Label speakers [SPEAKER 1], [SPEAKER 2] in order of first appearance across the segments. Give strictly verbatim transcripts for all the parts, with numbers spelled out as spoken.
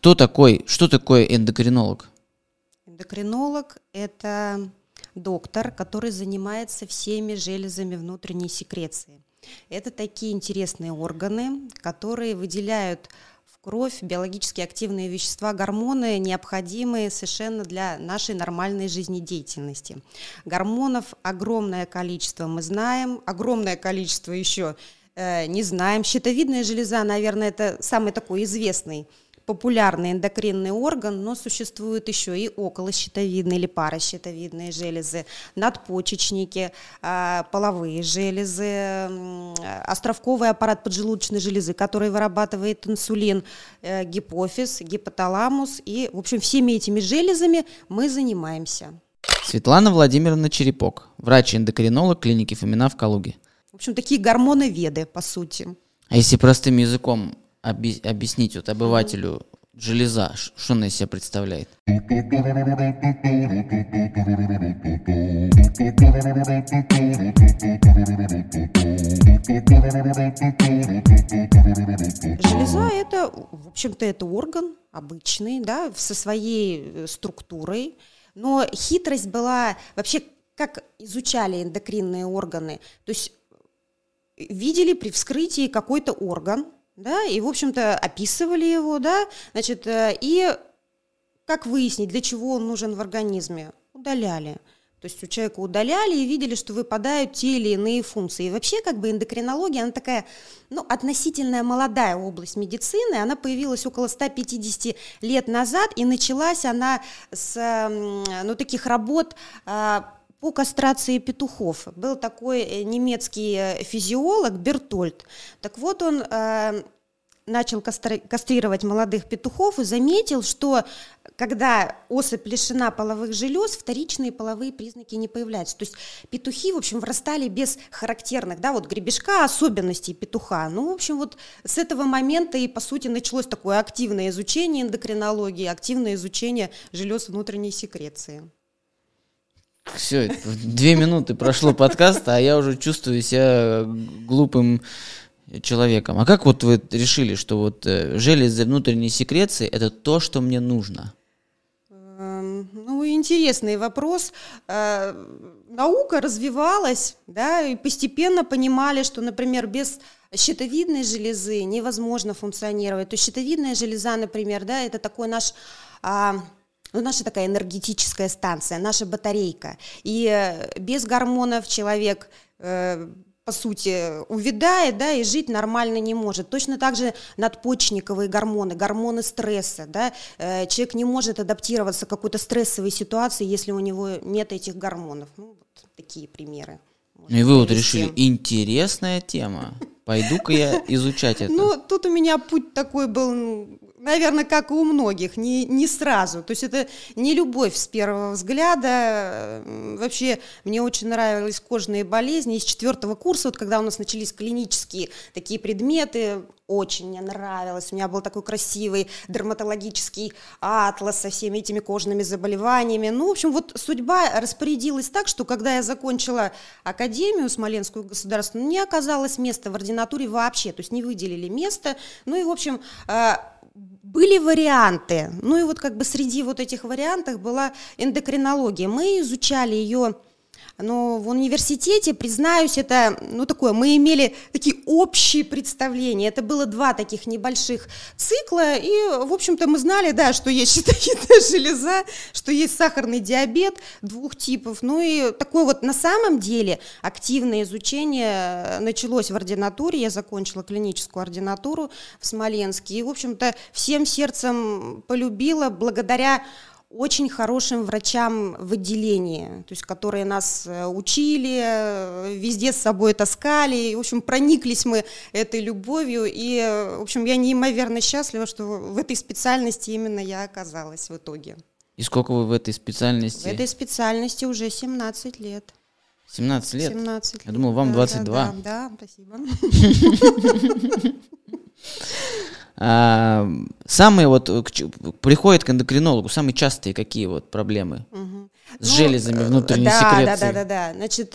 [SPEAKER 1] кто такой, что такое эндокринолог?
[SPEAKER 2] Эндокринолог – это доктор, который занимается всеми железами внутренней секреции. Это такие интересные органы, которые выделяют в кровь биологически активные вещества, гормоны, необходимые совершенно для нашей нормальной жизнедеятельности. Гормонов огромное количество мы знаем, огромное количество еще э, не знаем. Щитовидная железа, наверное, это самый такой известный, популярный эндокринный орган, но существуют еще и околощитовидные или паращитовидные железы, надпочечники, половые железы, островковый аппарат поджелудочной железы, который вырабатывает инсулин, гипофиз, гипоталамус. И, в общем, всеми этими железами мы занимаемся.
[SPEAKER 1] Светлана Владимировна Черепок, врач-эндокринолог клиники Фомина в Калуге.
[SPEAKER 2] В общем, такие гормоноведы, по сути.
[SPEAKER 1] А если простым языком объяснить вот обывателю, железа, что она из себя представляет?
[SPEAKER 2] Железа – это, в общем-то, это орган обычный, да, со своей структурой, но хитрость была вообще, как изучали эндокринные органы, то есть видели при вскрытии какой-то орган, да, и, в общем-то, описывали его, да, значит, и как выяснить, для чего он нужен в организме? Удаляли. То есть у человека удаляли и видели, что выпадают те или иные функции. И вообще, как бы, эндокринология, она такая, ну, относительно молодая область медицины, она появилась около ста пятидесяти лет назад, и началась она с, ну, таких работ по кастрации петухов. Был такой немецкий физиолог Бертольд. Так вот, он э, начал кастри- кастрировать молодых петухов и заметил, что когда особь лишена половых желез, вторичные половые признаки не появляются. То есть петухи, в общем, вырастали без характерных, да, вот гребешка, особенностей петуха. Ну, в общем, вот с этого момента и, по сути, началось такое активное изучение эндокринологии, активное изучение желез внутренней секреции.
[SPEAKER 1] Все, две минуты прошло подкаста, а я уже чувствую себя глупым человеком. А как вот вы решили, что вот железы внутренней секреции – это то, что мне нужно?
[SPEAKER 2] Ну, интересный вопрос. Наука развивалась, да, и постепенно понимали, что, например, без щитовидной железы невозможно функционировать. То есть щитовидная железа, например, да, это такой наш... Ну, наша такая энергетическая станция, наша батарейка. И без гормонов человек, э, по сути, увядает, да, и жить нормально не может. Точно так же надпочечниковые гормоны, гормоны стресса. Да, э, человек не может адаптироваться к какой-то стрессовой ситуации, если у него нет этих гормонов. Ну, вот такие примеры.
[SPEAKER 1] И вы вот решили, интересная тема. Пойду-ка я изучать это.
[SPEAKER 2] Ну, тут у меня путь такой был... Наверное, как и у многих, не, не сразу. То есть это не любовь с первого взгляда. Вообще мне очень нравились кожные болезни. Из четвертого курса, вот когда у нас начались клинические такие предметы, очень мне нравилось. У меня был такой красивый дерматологический атлас со всеми этими кожными заболеваниями. Ну, в общем, вот судьба распорядилась так, что когда я закончила академию Смоленскую государственную, не оказалось места в ординатуре вообще. То есть не выделили место. Ну и, в общем... Были варианты, ну и вот как бы среди вот этих вариантов была эндокринология. Мы изучали ее, но в университете, признаюсь, это, ну, такое, мы имели такие общие представления. Это было два таких небольших цикла, и, в общем-то, мы знали, да, что есть щитовидная железа, что есть сахарный диабет двух типов. Ну и такое вот на самом деле активное изучение началось в ординатуре. Я закончила клиническую ординатуру в Смоленске, и, в общем-то, всем сердцем полюбила благодаря очень хорошим врачам в отделении, то есть которые нас учили, везде с собой таскали, и, в общем, прониклись мы этой любовью, и, в общем, я неимоверно счастлива, что в этой специальности именно я оказалась в итоге.
[SPEAKER 1] И сколько вы в этой специальности? В
[SPEAKER 2] этой специальности уже семнадцать лет.
[SPEAKER 1] семнадцать лет?
[SPEAKER 2] семнадцать лет.
[SPEAKER 1] Я думал, вам
[SPEAKER 2] да,
[SPEAKER 1] двадцать два.
[SPEAKER 2] Да, да, да, спасибо.
[SPEAKER 1] А, самые вот, к ч- приходят к эндокринологу, самые частые какие вот проблемы
[SPEAKER 2] Мгм.
[SPEAKER 1] с
[SPEAKER 2] Ну,
[SPEAKER 1] железами
[SPEAKER 2] э,
[SPEAKER 1] внутренней
[SPEAKER 2] да, да,
[SPEAKER 1] секреции?
[SPEAKER 2] да, да, да. Значит,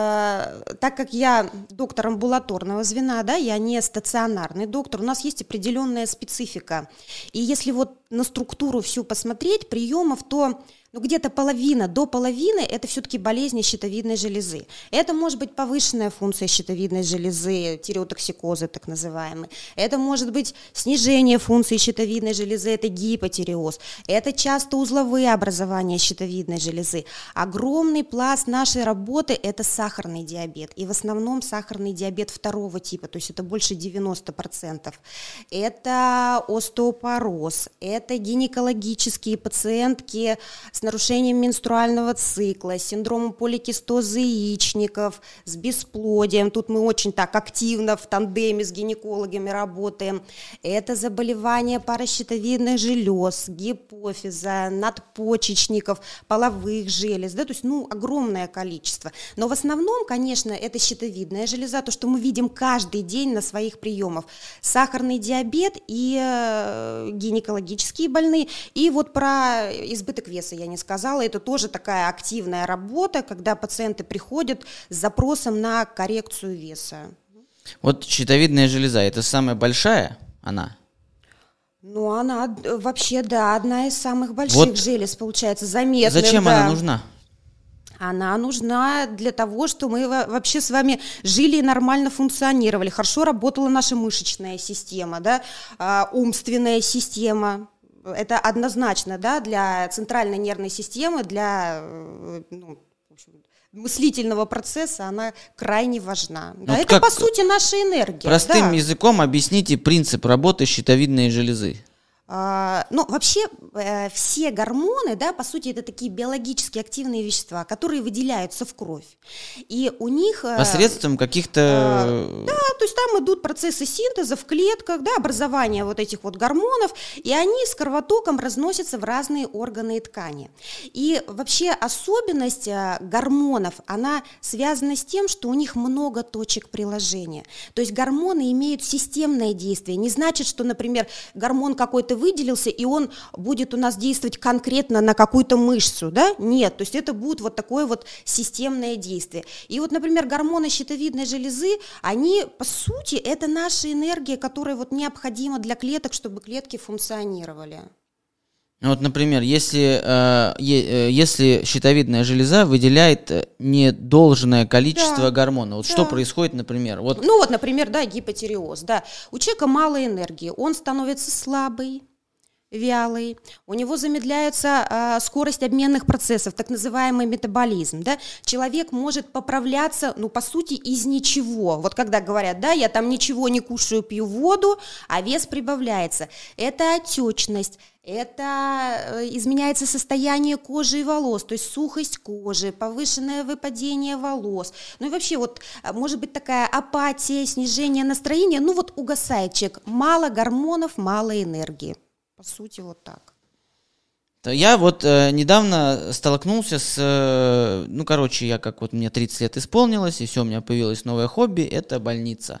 [SPEAKER 2] э, так как я доктор амбулаторного звена, да, я не стационарный доктор, у нас есть определенная специфика. И если вот на структуру всю посмотреть приемов, то ну, где-то половина, до половины это все-таки болезни щитовидной железы. Это может быть повышенная функция щитовидной железы, тиреотоксикозы так называемые. Это может быть снижение функции щитовидной железы, это гипотиреоз. Это часто узловые образования щитовидной железы. Огромный пласт нашей работы – это сахарный диабет. И в основном сахарный диабет второго типа, то есть это больше девяносто процентов. Это остеопороз, это гинекологические пациентки с нарушением менструального цикла, с синдромом поликистоза яичников, с бесплодием. Тут мы очень так активно в тандеме с гинекологами работаем. Это заболевания паращитовидных желез, гипофиза, надпочечников, половых желез. Да, то есть, ну, огромное количество. Но в основном, конечно, это щитовидная железа, то, что мы видим каждый день на своих приемах. Сахарный диабет и э, гинекологические больные. И вот про избыток веса я не сказала, это тоже такая активная работа, когда пациенты приходят с запросом на коррекцию веса.
[SPEAKER 1] Вот щитовидная железа, это самая большая она?
[SPEAKER 2] Ну, она э, вообще, да, одна из самых больших
[SPEAKER 1] Вот
[SPEAKER 2] желез, получается, заметных.
[SPEAKER 1] зачем
[SPEAKER 2] да.
[SPEAKER 1] она нужна?
[SPEAKER 2] Она нужна для того, чтобы мы во- вообще с вами жили и нормально функционировали. Хорошо работала наша мышечная система, да, а, умственная система. Это однозначно, да, для центральной нервной системы, для э, ну, в общем, мыслительного процесса она крайне важна. Да,
[SPEAKER 1] Вот
[SPEAKER 2] это,
[SPEAKER 1] как
[SPEAKER 2] по сути, наша энергия.
[SPEAKER 1] Простым
[SPEAKER 2] да.
[SPEAKER 1] языком объясните принцип работы щитовидной железы.
[SPEAKER 2] А, ну, вообще э, все гормоны, да, по сути, это такие биологически активные вещества, которые выделяются в кровь. И у них... э,
[SPEAKER 1] Посредством каких-то...
[SPEAKER 2] э, да, то есть там идут процессы синтеза в клетках, да, образования вот этих вот гормонов, и они с кровотоком разносятся в разные органы и ткани. И вообще особенность э, гормонов, она связана с тем, что у них много точек приложения. То есть гормоны имеют системное действие. Не значит, что, например, гормон какой-то выделился, и он будет у нас действовать конкретно на какую-то мышцу, да? Нет, то есть это будет вот такое вот системное действие. И вот, например, гормоны щитовидной железы, они, по сути, это наша энергия, которая вот необходима для клеток, чтобы клетки функционировали.
[SPEAKER 1] Вот, например, если, э, е- э, если щитовидная железа выделяет э, недолжное количество
[SPEAKER 2] Да,
[SPEAKER 1] гормонов, вот
[SPEAKER 2] да.
[SPEAKER 1] что происходит, например? Вот
[SPEAKER 2] Ну вот, например, да, гипотиреоз, да. У человека мало энергии, он становится слабый, вялый, у него замедляется а, скорость обменных процессов, так называемый метаболизм, да, человек может поправляться, ну, по сути, из ничего, вот когда говорят, да, я там ничего не кушаю, пью воду, а вес прибавляется, это отечность, это э, изменяется состояние кожи и волос, то есть сухость кожи, повышенное выпадение волос, ну и вообще вот а, может быть такая апатия, снижение настроения, ну вот угасает человек, мало гормонов, мало энергии. По сути, вот так.
[SPEAKER 1] то я вот э, недавно столкнулся с... э, ну, короче, я как вот мне тридцать лет исполнилось, и все, у меня появилось новое хобби, это больница.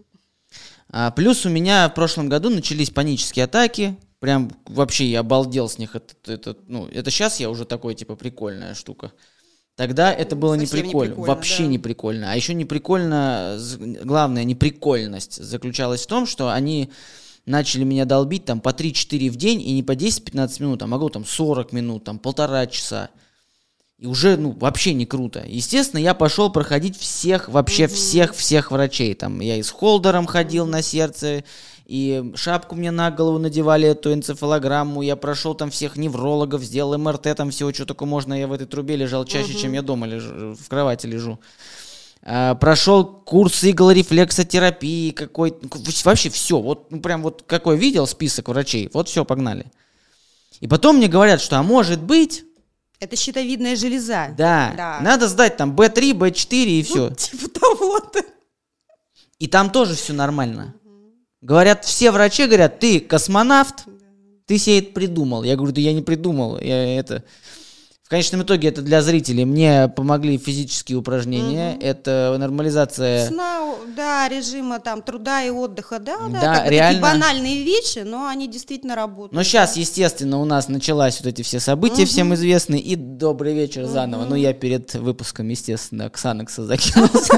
[SPEAKER 1] А, плюс у меня в прошлом году начались панические атаки, прям вообще я обалдел с них. Это, это, ну, это сейчас я уже такой, типа, прикольная штука. Тогда это было не
[SPEAKER 2] Совсем не
[SPEAKER 1] прикольно,
[SPEAKER 2] прикольно,
[SPEAKER 1] вообще
[SPEAKER 2] да.
[SPEAKER 1] не прикольно. А еще не прикольно, з- главное, неприкольность заключалась в том, что они начали меня долбить там по три-четыре в день, и не по десять-пятнадцать минут, а могу там сорок минут, там полтора часа. И уже, ну, вообще не круто. Естественно, я пошел проходить всех, вообще всех-всех врачей. Там я и с холдером ходил на сердце, и шапку мне на голову надевали, эту энцефалограмму. Я прошел там всех неврологов, сделал эм эр тэ, там всего, что только можно. Я в этой трубе лежал чаще, чем я дома лежу, в кровати лежу. А, прошел курс иглорефлексотерапии какой, вообще все, вот ну, прям вот какой видел список врачей, вот все, погнали. И потом мне говорят, что, а может быть,
[SPEAKER 2] Это щитовидная железа.
[SPEAKER 1] да,
[SPEAKER 2] Да.
[SPEAKER 1] надо сдать там бэ три, бэ четыре и все.
[SPEAKER 2] Ну, типа того-то.
[SPEAKER 1] И там тоже все нормально. Говорят, все врачи говорят, ты космонавт, ты себе это придумал. Я говорю, да я не придумал, я это... В конечном итоге это для зрителей. Мне помогли физические упражнения, угу. это нормализация...
[SPEAKER 2] Сна, да, режима там труда и отдыха, да, да,
[SPEAKER 1] да
[SPEAKER 2] как бы
[SPEAKER 1] реально...
[SPEAKER 2] такие банальные вещи, но они действительно работают.
[SPEAKER 1] Но сейчас, естественно, у нас началась вот эти все события, угу. всем известные, и добрый вечер угу. заново. Ну, я перед выпуском, естественно, Ксанакса закинулся.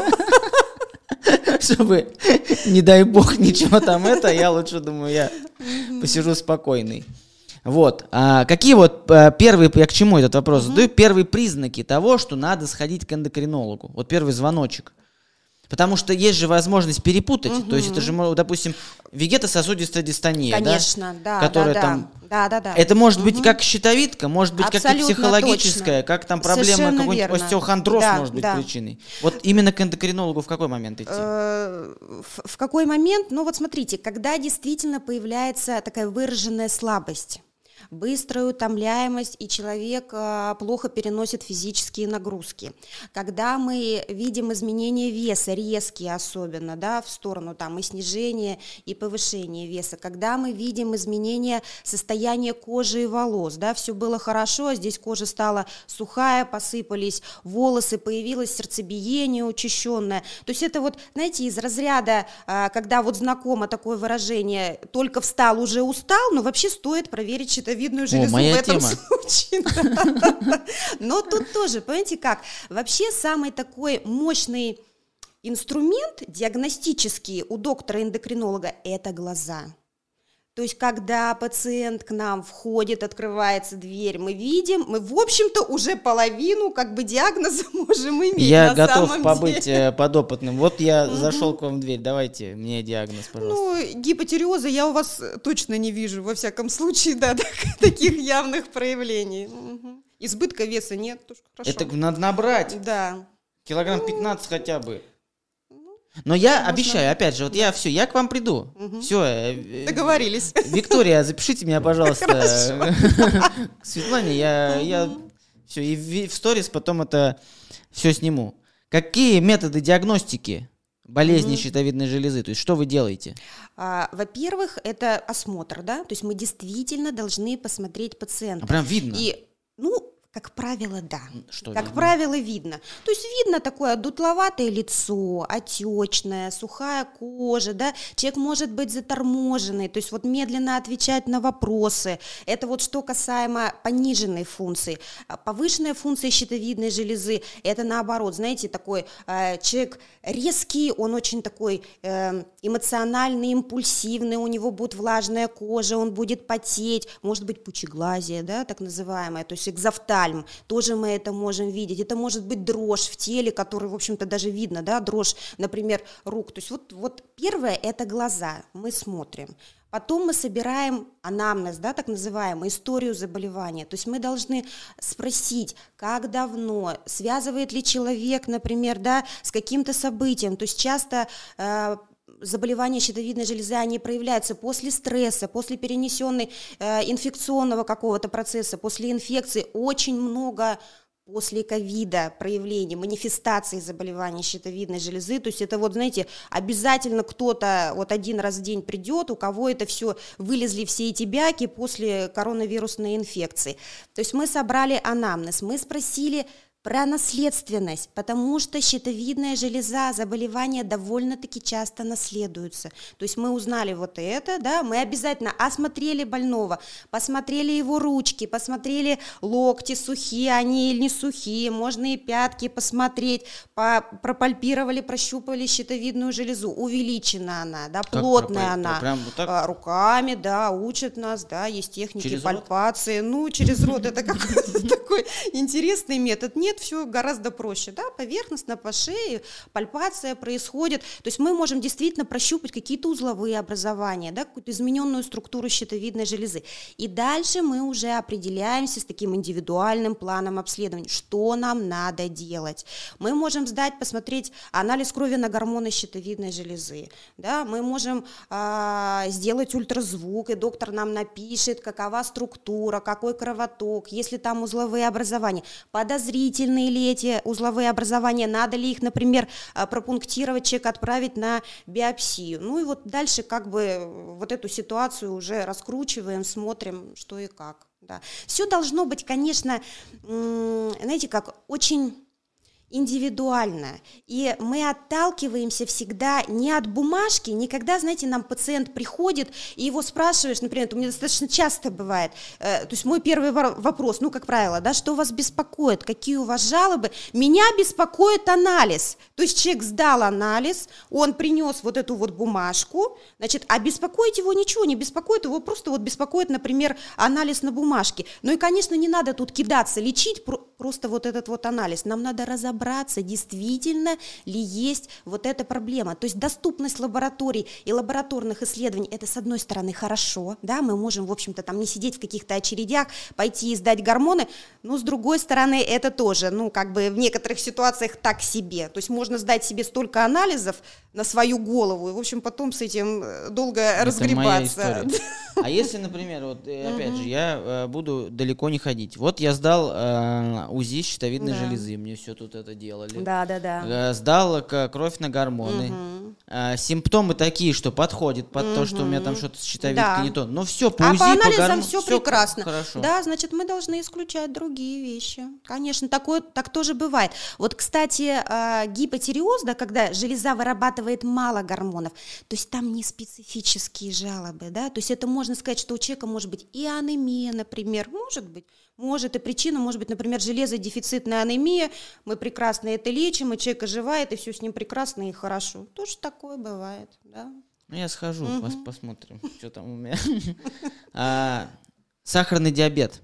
[SPEAKER 1] Чтобы, не дай бог, ничего там это, я лучше, думаю, я посижу спокойный. Вот. А какие вот а, первые, я к чему этот вопрос задаю, первые признаки того, что надо сходить к эндокринологу? Вот первый звоночек. Потому что есть же возможность перепутать. Угу. То есть это же, допустим, вегетососудистая дистония,
[SPEAKER 2] конечно, да,
[SPEAKER 1] которая
[SPEAKER 2] да,
[SPEAKER 1] там...
[SPEAKER 2] да, да, да.
[SPEAKER 1] Это может
[SPEAKER 2] угу.
[SPEAKER 1] быть как щитовидка, может быть как и психологическая, точно. Как там проблема, какой-нибудь остеохондроз да, может быть да. причиной. Вот именно к эндокринологу в какой момент идти?
[SPEAKER 2] В какой момент? Ну вот смотрите, когда действительно появляется такая выраженная слабость, быстрая утомляемость, и человек а, плохо переносит физические нагрузки. Когда мы видим изменения веса, резкие особенно, да, в сторону там и снижения, и повышения веса, когда мы видим изменения состояния кожи и волос, да, все было хорошо, а здесь кожа стала сухая, посыпались волосы, появилось сердцебиение учащенное. То есть это вот, знаете, из разряда, а, когда вот знакомо такое выражение, только встал, уже устал, но вообще стоит проверить щитовидную железу. О, в этом тема. Случае. Но тут тоже, понимаете как, вообще самый такой мощный инструмент диагностический у доктора-эндокринолога – это глаза. То есть, когда пациент к нам входит, открывается дверь, мы видим, мы, в общем-то, уже половину как бы диагноза можем иметь.
[SPEAKER 1] Я
[SPEAKER 2] на
[SPEAKER 1] готов
[SPEAKER 2] самом
[SPEAKER 1] побыть
[SPEAKER 2] деле.
[SPEAKER 1] подопытным. Вот я угу. зашел к вам в дверь, давайте мне диагноз, пожалуйста.
[SPEAKER 2] Ну, гипотиреоза я у вас точно не вижу, во всяком случае, да, таких явных проявлений. Угу. Избытка веса нет, тоже хорошо.
[SPEAKER 1] Это надо набрать.
[SPEAKER 2] Да.
[SPEAKER 1] Килограмм пятнадцать хотя бы. Но я Можно... обещаю, опять же, вот я все, я к вам приду.
[SPEAKER 2] Угу.
[SPEAKER 1] Все.
[SPEAKER 2] Договорились.
[SPEAKER 1] Виктория, запишите меня, пожалуйста, к Светлане. Я, угу. я все, и в, в сторис потом это все сниму. Какие методы диагностики болезни угу. щитовидной железы? То есть что вы делаете?
[SPEAKER 2] А, во-первых, это осмотр, да, то есть мы действительно должны посмотреть пациента.
[SPEAKER 1] А прям видно?
[SPEAKER 2] И, ну, как правило, да.
[SPEAKER 1] Что
[SPEAKER 2] как
[SPEAKER 1] видно?
[SPEAKER 2] правило, видно. То есть видно такое дутловатое лицо, отечное, сухая кожа, да. Человек может быть заторможенный, то есть вот медленно отвечать на вопросы. Это вот что касаемо пониженной функции. Повышенная функция щитовидной железы – это наоборот, знаете, такой э, человек резкий, он очень такой э, эмоциональный, импульсивный, у него будет влажная кожа, он будет потеть, может быть пучеглазие, да, так называемое, то есть экзофтальм. Тоже мы это можем видеть. Это может быть дрожь в теле, которую, в общем-то, даже видно, да, дрожь, например, рук. То есть вот, вот первое – это глаза, мы смотрим. Потом мы собираем анамнез, да, так называемый, историю заболевания. То есть мы должны спросить, как давно, связывает ли человек, например, да, с каким-то событием. То есть часто э, заболевания щитовидной железы, они проявляются после стресса, после перенесенной э, инфекционного какого-то процесса, после инфекции. Очень много после ковида проявлений, манифестаций заболеваний щитовидной железы. То есть это вот, знаете, обязательно кто-то вот один раз в день придет, у кого это все, вылезли все эти бяки после коронавирусной инфекции. То есть мы собрали анамнез, мы спросили про наследственность, потому что щитовидная железа, заболевания довольно-таки часто наследуются. То есть мы узнали вот это, да, мы обязательно осмотрели больного, посмотрели его ручки, посмотрели локти, сухие они или не сухие, можно и пятки посмотреть, по, пропальпировали, прощупали щитовидную железу, увеличена она, да, плотная она,
[SPEAKER 1] прям вот так?
[SPEAKER 2] Руками, да, учат нас, да, есть техники через пальпации, рот? Ну, через рот, это какой-то такой интересный метод. Нет, все гораздо проще, да, поверхностно по шее, пальпация происходит, то есть мы можем действительно прощупать какие-то узловые образования, да, какую-то измененную структуру щитовидной железы, и дальше мы уже определяемся с таким индивидуальным планом обследования, что нам надо делать. Мы можем сдать, посмотреть анализ крови на гормоны щитовидной железы, да, мы можем а, сделать ультразвук, и доктор нам напишет, какова структура, какой кровоток, если там узловые образования, подозрительные длительные ли эти узловые образования, надо ли их, например, пропунктировать, человека отправить на биопсию. Ну и вот дальше как бы вот эту ситуацию уже раскручиваем, смотрим, что и как. Да. Все должно быть, конечно, знаете, как очень индивидуально. И мы отталкиваемся всегда не от бумажки, никогда, знаете, нам пациент приходит, и его спрашиваешь, например, это у меня достаточно часто бывает, э, то есть мой первый вопрос, ну, как правило, да, что вас беспокоит, какие у вас жалобы? Меня беспокоит анализ. То есть человек сдал анализ, он принес вот эту вот бумажку, значит, а беспокоить его ничего не беспокоит, его просто вот беспокоит, например, анализ на бумажке. Ну и, конечно, не надо тут кидаться, лечить просто вот этот вот анализ. Нам надо разобраться, действительно ли есть вот эта проблема. То есть доступность лабораторий и лабораторных исследований, это, с одной стороны, хорошо, да, мы можем, в общем-то, там не сидеть в каких-то очередях, пойти и сдать гормоны, но, с другой стороны, это тоже, ну, как бы в некоторых ситуациях так себе. То есть можно сдать себе столько анализов на свою голову, и, в общем, потом с этим долго это разгребаться.
[SPEAKER 1] А если, например, вот опять же, я буду далеко не ходить. Вот я сдал э, УЗИ щитовидной да. железы, мне все тут это делали.
[SPEAKER 2] Да, да, да.
[SPEAKER 1] Сдал кровь на гормоны. Угу. Э, симптомы такие, что подходят под угу. то, что у меня там что-то с щитовидкой да. не то. Но все по УЗИ,
[SPEAKER 2] а по анализам
[SPEAKER 1] по гормонам
[SPEAKER 2] все прекрасно. Хорошо. Да, значит, мы должны исключать другие вещи. Конечно, такое, так тоже бывает. Вот, кстати, э, гипотиреоз, да, когда железа вырабатывает мало гормонов, то есть там не специфические жалобы, да, то есть это можно сказать, что у человека может быть и анемия, например, может быть, может, и причина может быть, например, железодефицитная анемия, мы прекрасно это лечим, и человек оживает, и все с ним прекрасно и хорошо. Тоже такое бывает, да.
[SPEAKER 1] Ну, я схожу, угу. пос- посмотрим, что там у меня. Сахарный диабет.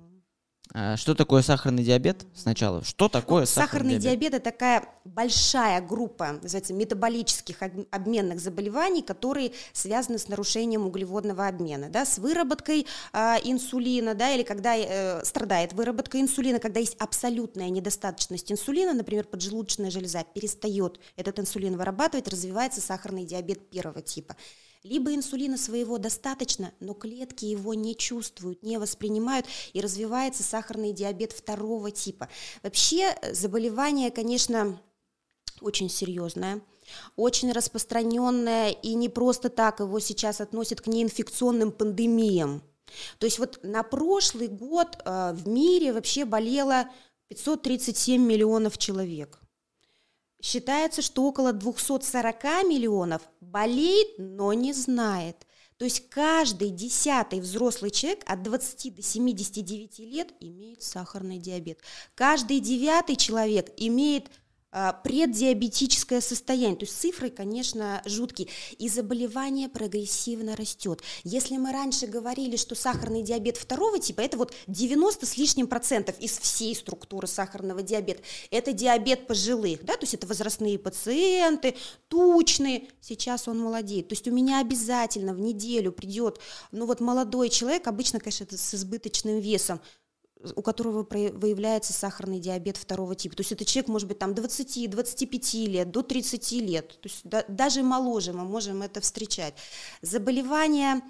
[SPEAKER 1] Что такое сахарный диабет сначала? Что такое
[SPEAKER 2] ну,
[SPEAKER 1] сахарный,
[SPEAKER 2] сахарный
[SPEAKER 1] диабет?
[SPEAKER 2] диабет? Это такая большая группа, называется, метаболических обменных заболеваний, которые связаны с нарушением углеводного обмена, да, с выработкой э, инсулина, да, или когда э, страдает выработка инсулина, когда есть абсолютная недостаточность инсулина, например, поджелудочная железа перестает этот инсулин вырабатывать, развивается сахарный диабет первого типа. Либо инсулина своего достаточно, но клетки его не чувствуют, не воспринимают, и развивается сахарный диабет второго типа. Вообще заболевание, конечно, очень серьезное, очень распространенное, и не просто так его сейчас относят к неинфекционным пандемиям. То есть вот на прошлый год э, в мире вообще болело пятьсот тридцать семь миллионов человек. Считается, что около двести сорок миллионов болеет, но не знает. То есть каждый десятый взрослый человек от двадцати до семидесяти девяти лет имеет сахарный диабет. Каждый девятый человек имеет а, преддиабетическое состояние. То есть цифры, конечно, жуткие. И заболевание прогрессивно растет. Если мы раньше говорили, что сахарный диабет второго типа, это вот девяносто с лишним процентов из всей структуры сахарного диабета. Это диабет пожилых, да, то есть это возрастные пациенты, тучные. Сейчас он молодеет. То есть у меня обязательно в неделю придет, ну вот молодой человек, обычно, конечно, это с избыточным весом, у которого выявляется сахарный диабет второго типа. То есть это человек может быть там двадцати, двадцати пяти лет, до тридцати лет. То есть да, даже моложе мы можем это встречать. Заболевание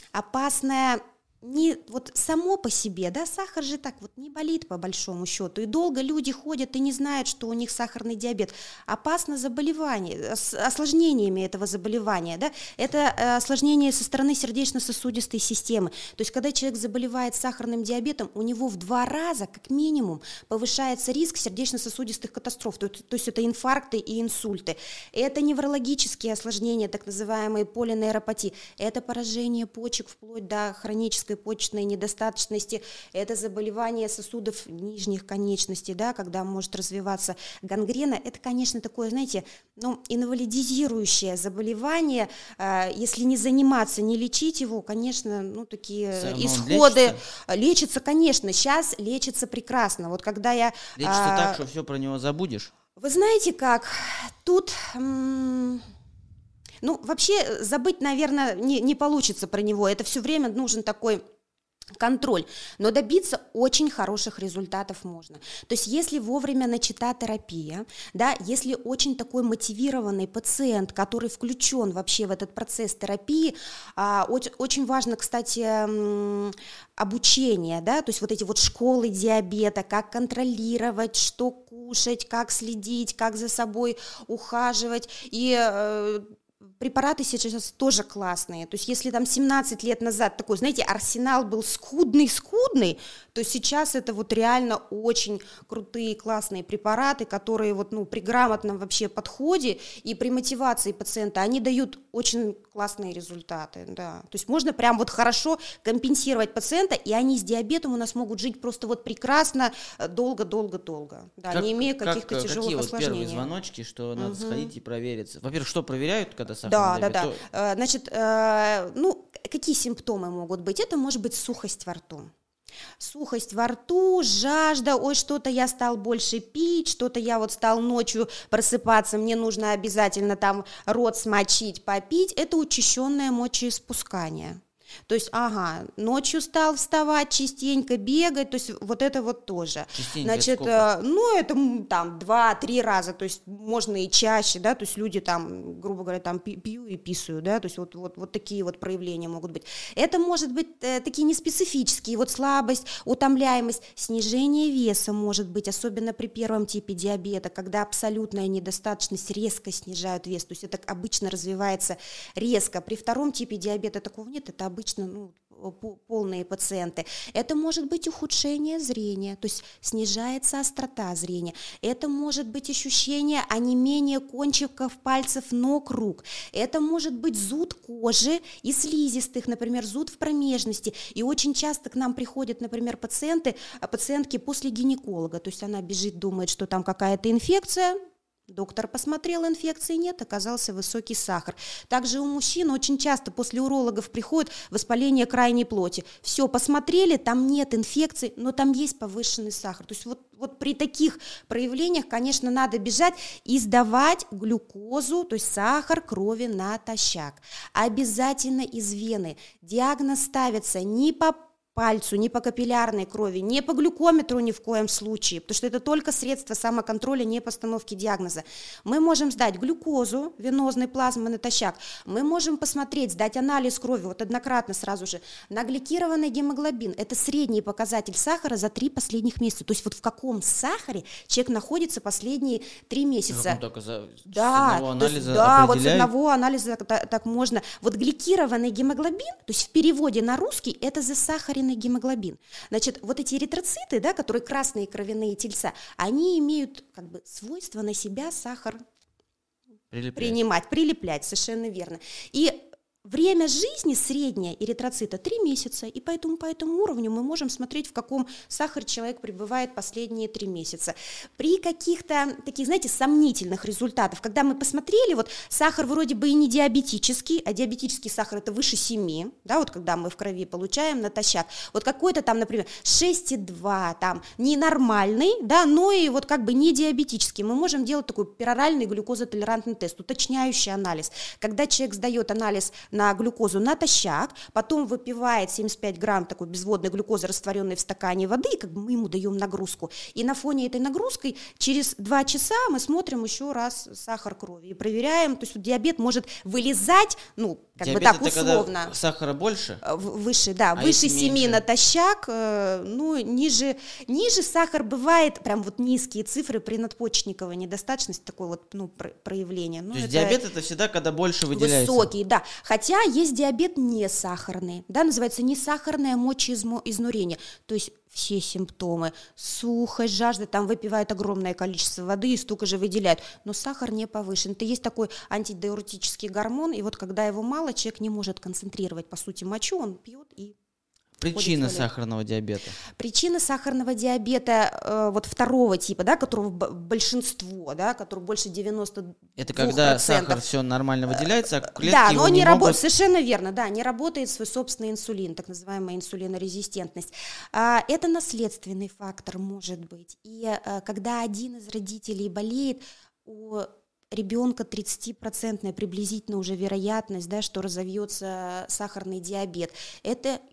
[SPEAKER 2] опасное не вот само по себе, да, сахар же так вот не болит по большому счету, и долго люди ходят и не знают, что у них сахарный диабет. Опасно заболевание, с осложнениями этого заболевания, да, это осложнение со стороны сердечно-сосудистой системы. То есть когда человек заболевает сахарным диабетом, у него в два раза, как минимум, повышается риск сердечно-сосудистых катастроф, то, то есть это инфаркты и инсульты. Это неврологические осложнения, так называемые полинейропатии, это поражение почек вплоть до хронической почечной недостаточности, это заболевание сосудов нижних конечностей, да, когда может развиваться гангрена. Это, конечно, такое, знаете, ну, инвалидизирующее заболевание. Если не заниматься, не лечить его, конечно, ну, такие Все исходы. Лечится? лечится, конечно, сейчас лечится прекрасно. Вот когда я...
[SPEAKER 1] Лечится а... так, что все про него забудешь?
[SPEAKER 2] Вы знаете как, тут... М- Ну, вообще забыть, наверное, не, не получится про него. Это все время нужен такой контроль, но добиться очень хороших результатов можно. То есть если вовремя начата терапия, да, если очень такой мотивированный пациент, который включен вообще в этот процесс терапии, а, очень, очень важно, кстати, м, обучение, да, то есть вот эти вот школы диабета, как контролировать, что кушать, как следить, как за собой ухаживать, и э, препараты сейчас тоже классные, то есть если там семнадцать лет назад такой, знаете, арсенал был скудный-скудный, то сейчас это вот реально очень крутые, классные препараты, которые вот, ну, при грамотном вообще подходе и при мотивации пациента, они дают очень классные результаты, да, то есть можно прям вот хорошо компенсировать пациента, и они с диабетом у нас могут жить просто вот прекрасно, долго-долго-долго, да,
[SPEAKER 1] как,
[SPEAKER 2] не имея каких-то
[SPEAKER 1] как,
[SPEAKER 2] тяжелых
[SPEAKER 1] какие
[SPEAKER 2] осложнений.
[SPEAKER 1] Вот первые звоночки, что надо
[SPEAKER 2] угу.
[SPEAKER 1] сходить и провериться? Во-первых, что проверяют, когда сахарный
[SPEAKER 2] Да,
[SPEAKER 1] диабет?
[SPEAKER 2] да, да. Значит, ну, какие симптомы могут быть? Это может быть сухость во рту. Сухость во рту, жажда, ой, что-то я стал больше пить, что-то я вот стал ночью просыпаться, мне нужно обязательно там рот смочить, попить. Это учащенное мочеиспускание. То есть, ага, ночью стал вставать, частенько бегать, то есть вот это вот тоже.
[SPEAKER 1] Частенько.
[SPEAKER 2] Значит,
[SPEAKER 1] сколько?
[SPEAKER 2] ну, это там два-три раза, то есть можно и чаще, да, то есть люди там, грубо говоря, там пью и писаю, да, то есть вот, вот, вот такие вот проявления могут быть. Это может быть э, такие неспецифические, вот слабость, утомляемость, снижение веса может быть, особенно при первом типе диабета, когда абсолютная недостаточность резко снижает вес, то есть это обычно развивается резко. При втором типе диабета такого нет, это обычно обычно ну, полные пациенты. Это может быть ухудшение зрения, то есть снижается острота зрения. Это может быть ощущение онемения кончиков пальцев ног, рук. Это может быть зуд кожи и слизистых, например, зуд в промежности. И очень часто к нам приходят, например, пациенты, пациентки после гинеколога, то есть она бежит, думает, что там какая-то инфекция. Доктор посмотрел, инфекции нет, оказался высокий сахар. Также у мужчин очень часто после урологов приходит воспаление крайней плоти. Все, посмотрели, там нет инфекции, но там есть повышенный сахар. То есть вот, вот при таких проявлениях, конечно, надо бежать и сдавать глюкозу, то есть сахар крови натощак. Обязательно из вены. Диагноз ставится не по пальцу, не по капиллярной крови, не по глюкометру ни в коем случае, потому что это только средство самоконтроля, не постановки диагноза. Мы можем сдать глюкозу, венозной плазмы натощак, мы можем посмотреть, сдать анализ крови, вот однократно сразу же, на гликированный гемоглобин, это средний показатель сахара за три последних месяца, то есть вот в каком сахаре человек находится последние три месяца.
[SPEAKER 1] Только за,
[SPEAKER 2] да,
[SPEAKER 1] с одного анализа
[SPEAKER 2] есть, да, вот с
[SPEAKER 1] определяют?
[SPEAKER 2] одного анализа так, так можно. Вот гликированный гемоглобин, то есть в переводе на русский, это засахаренный гемоглобин. Значит, вот эти эритроциты, да, которые красные кровяные тельца, они имеют как бы свойство на себя сахар
[SPEAKER 1] Прилеплять.
[SPEAKER 2] принимать, прилеплять, совершенно верно. И время жизни среднее эритроцита три месяца, и поэтому по этому уровню мы можем смотреть, в каком сахаре человек пребывает последние три месяца. При каких-то таких, знаете, сомнительных результатах, когда мы посмотрели, вот сахар вроде бы и не диабетический, а диабетический сахар это выше семи, да, вот когда мы в крови получаем натощак, вот какой-то там, например, шесть и два, там, ненормальный, да, но и вот как бы не диабетический, мы можем делать такой пероральный глюкозотолерантный тест, уточняющий анализ, когда человек сдает анализ на глюкозу натощак, потом выпивает семьдесят пять грамм такой безводной глюкозы, растворенной в стакане воды, и как бы мы ему даем нагрузку. И на фоне этой нагрузки через два часа мы смотрим еще раз сахар крови и проверяем. То есть вот диабет может вылезать, ну, как
[SPEAKER 1] диабет
[SPEAKER 2] бы так
[SPEAKER 1] это
[SPEAKER 2] условно.
[SPEAKER 1] Когда сахара больше?
[SPEAKER 2] Выше, да,
[SPEAKER 1] а
[SPEAKER 2] выше семи
[SPEAKER 1] меньше?
[SPEAKER 2] натощак, ну, ниже, ниже сахар бывает, прям вот низкие цифры при надпочечниковой недостаточности, такое вот, ну, проявление. Ну,
[SPEAKER 1] То есть
[SPEAKER 2] это
[SPEAKER 1] диабет это всегда, когда больше выделяется?
[SPEAKER 2] Высокий, да. Хотя есть диабет не сахарный, да, называется несахарное мочеизнурение, то есть все симптомы, сухость, жажда, там выпивают огромное количество воды и столько же выделяют, но сахар не повышен. Это есть такой антидиуретический гормон, и вот когда его мало, человек не может концентрировать, по сути, мочу, он пьет и...
[SPEAKER 1] Причина сахарного диабета?
[SPEAKER 2] Причина сахарного диабета э, вот второго типа, да, которого большинство, да, который больше девяносто двух процентов.
[SPEAKER 1] Это когда сахар все нормально выделяется, а клетки
[SPEAKER 2] да,
[SPEAKER 1] его
[SPEAKER 2] но
[SPEAKER 1] не,
[SPEAKER 2] не
[SPEAKER 1] могут...
[SPEAKER 2] работает, совершенно верно, да, не работает свой собственный инсулин, так называемая инсулинорезистентность. А, это наследственный фактор может быть. И а, когда один из родителей болеет, у ребенка тридцатипроцентная приблизительно уже вероятность, да, что разовьется сахарный диабет. Это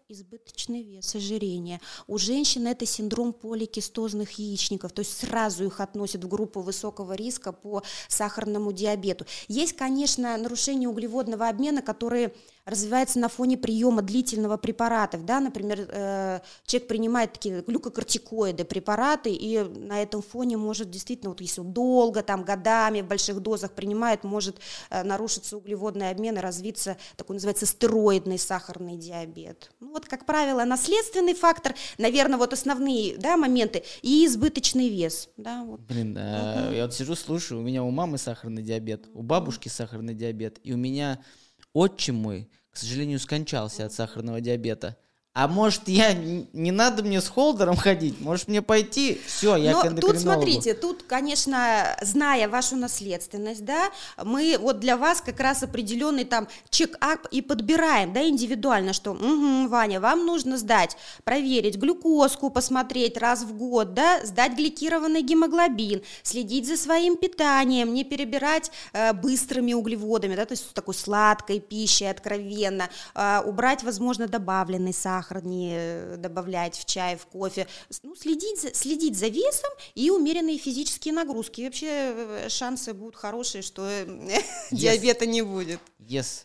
[SPEAKER 2] избыточный вес, ожирение. У женщин это синдром поликистозных яичников, то есть сразу их относят в группу высокого риска по сахарному диабету. Есть, конечно, нарушение углеводного обмена, которые развивается на фоне приема длительного препаратов, да, например, э, человек принимает такие глюкокортикоиды, препараты, и на этом фоне может действительно, вот если он долго, там, годами в больших дозах принимает, может э, нарушиться углеводный обмен и развиться такой, называется, стероидный сахарный диабет. Ну, вот, как правило, наследственный фактор, наверное, вот основные, да, моменты, и избыточный вес. Да, вот.
[SPEAKER 1] Блин, а, угу. Я вот сижу, слушаю, у меня у мамы сахарный диабет, у бабушки сахарный диабет, и у меня отчим мой, к сожалению, скончался от сахарного диабета. А может, я не надо мне с холдером ходить? Может, мне пойти? Все, я
[SPEAKER 2] Но
[SPEAKER 1] к эндокринологу.
[SPEAKER 2] Тут, смотрите, тут, конечно, зная вашу наследственность, да, мы вот для вас как раз определенный там чек-ап и подбираем, да, индивидуально, что, угу, Ваня, вам нужно сдать, проверить глюкозку, посмотреть раз в год, да, сдать гликированный гемоглобин, следить за своим питанием, не перебирать э, быстрыми углеводами, да, то есть такой сладкой пищей откровенно, э, убрать, возможно, добавленный сахар, не добавлять в чай, в кофе, ну, следить, за, следить за весом и умеренные физические нагрузки. И вообще шансы будут хорошие, что yes. диабета не будет.
[SPEAKER 1] Yes.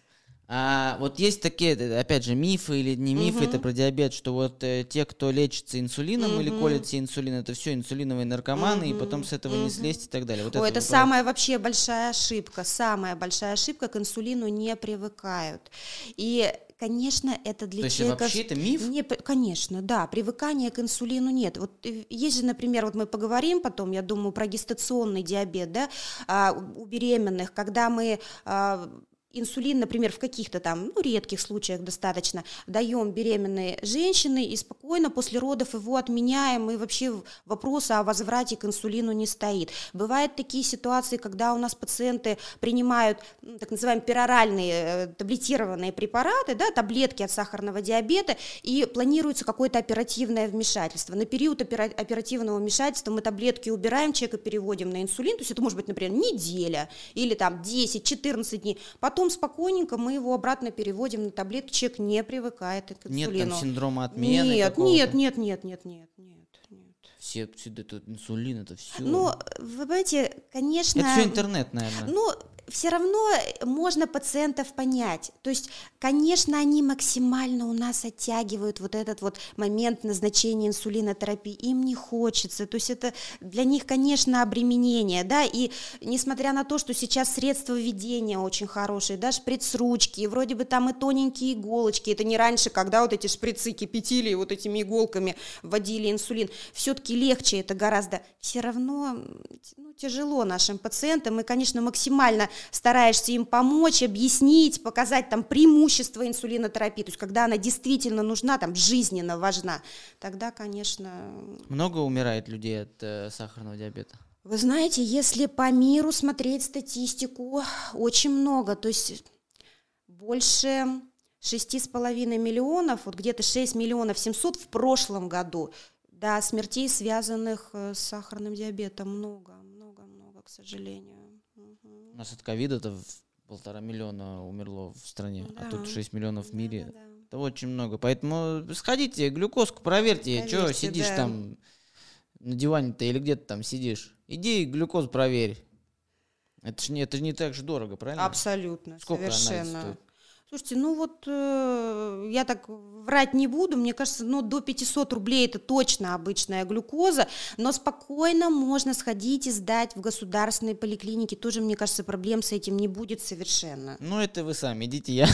[SPEAKER 1] А вот есть такие, опять же, мифы или не мифы, uh-huh. это про диабет, что вот э, те, кто лечится инсулином uh-huh. или колет себе инсулин, это все инсулиновые наркоманы, uh-huh. и потом с этого uh-huh. не слезть и так далее. Вот
[SPEAKER 2] Ой,
[SPEAKER 1] это
[SPEAKER 2] это самая вообще большая ошибка, самая большая ошибка, к инсулину не привыкают. И конечно, это для
[SPEAKER 1] То
[SPEAKER 2] человека...
[SPEAKER 1] То есть вообще это миф?
[SPEAKER 2] Не, конечно, да, привыкания к инсулину нет. Вот есть же, например, вот мы поговорим потом, я думаю, про гестационный диабет, да, а, у беременных, когда мы... А, инсулин, например, в каких-то там, ну, редких случаях достаточно, даем беременной женщине и спокойно после родов его отменяем, и вообще вопроса о возврате к инсулину не стоит. Бывают такие ситуации, когда у нас пациенты принимают, ну, так называемые пероральные э, таблетированные препараты, да, таблетки от сахарного диабета, и планируется какое-то оперативное вмешательство. На период опера- оперативного вмешательства мы таблетки убираем, человека переводим на инсулин, то есть это может быть, например, неделя или там десять-четырнадцать дней, потом спокойненько мы его обратно переводим на таблетки, человек не привыкает к инсулину.
[SPEAKER 1] Нет там синдрома отмены?
[SPEAKER 2] Нет, нет, нет, нет, нет, нет, нет, нет.
[SPEAKER 1] Все, все это инсулин, это все.
[SPEAKER 2] Ну, вы понимаете, конечно...
[SPEAKER 1] Это все интернет, наверное.
[SPEAKER 2] Ну, все равно можно пациентов понять. То есть, конечно, они максимально у нас оттягивают вот этот вот момент назначения инсулинотерапии. Им не хочется. То есть это для них, конечно, обременение, да, и несмотря на то, что сейчас средства введения очень хорошие, да, шприц-ручки, вроде бы там и тоненькие иголочки, это не раньше, когда вот эти шприцы кипятили и вот этими иголками вводили инсулин, все-таки легче это гораздо. Все равно, ну, тяжело нашим пациентам, и, конечно, максимально стараешься им помочь, объяснить, показать там преимущества инсулинотерапии, то есть когда она действительно нужна, там жизненно важна, тогда, конечно...
[SPEAKER 1] Много умирает людей от э, сахарного диабета?
[SPEAKER 2] Вы знаете, если по миру смотреть статистику, очень много, то есть больше шесть с половиной миллионов, вот где-то шесть миллионов семьсот в прошлом году, да, смертей, связанных с сахарным диабетом, много, много, много, к сожалению.
[SPEAKER 1] У нас от ковида-то полтора миллиона умерло в стране, да. А тут шесть миллионов в мире. Да, да, да. Это очень много. Поэтому сходите, глюкозку проверьте. Что сидишь да. там на диване-то или где-то там сидишь? Иди глюкозу проверь. Это же не, это же не так же дорого, правильно?
[SPEAKER 2] Абсолютно,
[SPEAKER 1] Сколько
[SPEAKER 2] совершенно.
[SPEAKER 1] Стоит?
[SPEAKER 2] Слушайте, ну вот э, я так врать не буду, мне кажется, ну до пятьсот рублей это точно обычная глюкоза, но спокойно можно сходить и сдать в государственной поликлинике, тоже, мне кажется, проблем с этим не будет совершенно.
[SPEAKER 1] Ну это вы сами, идите, я...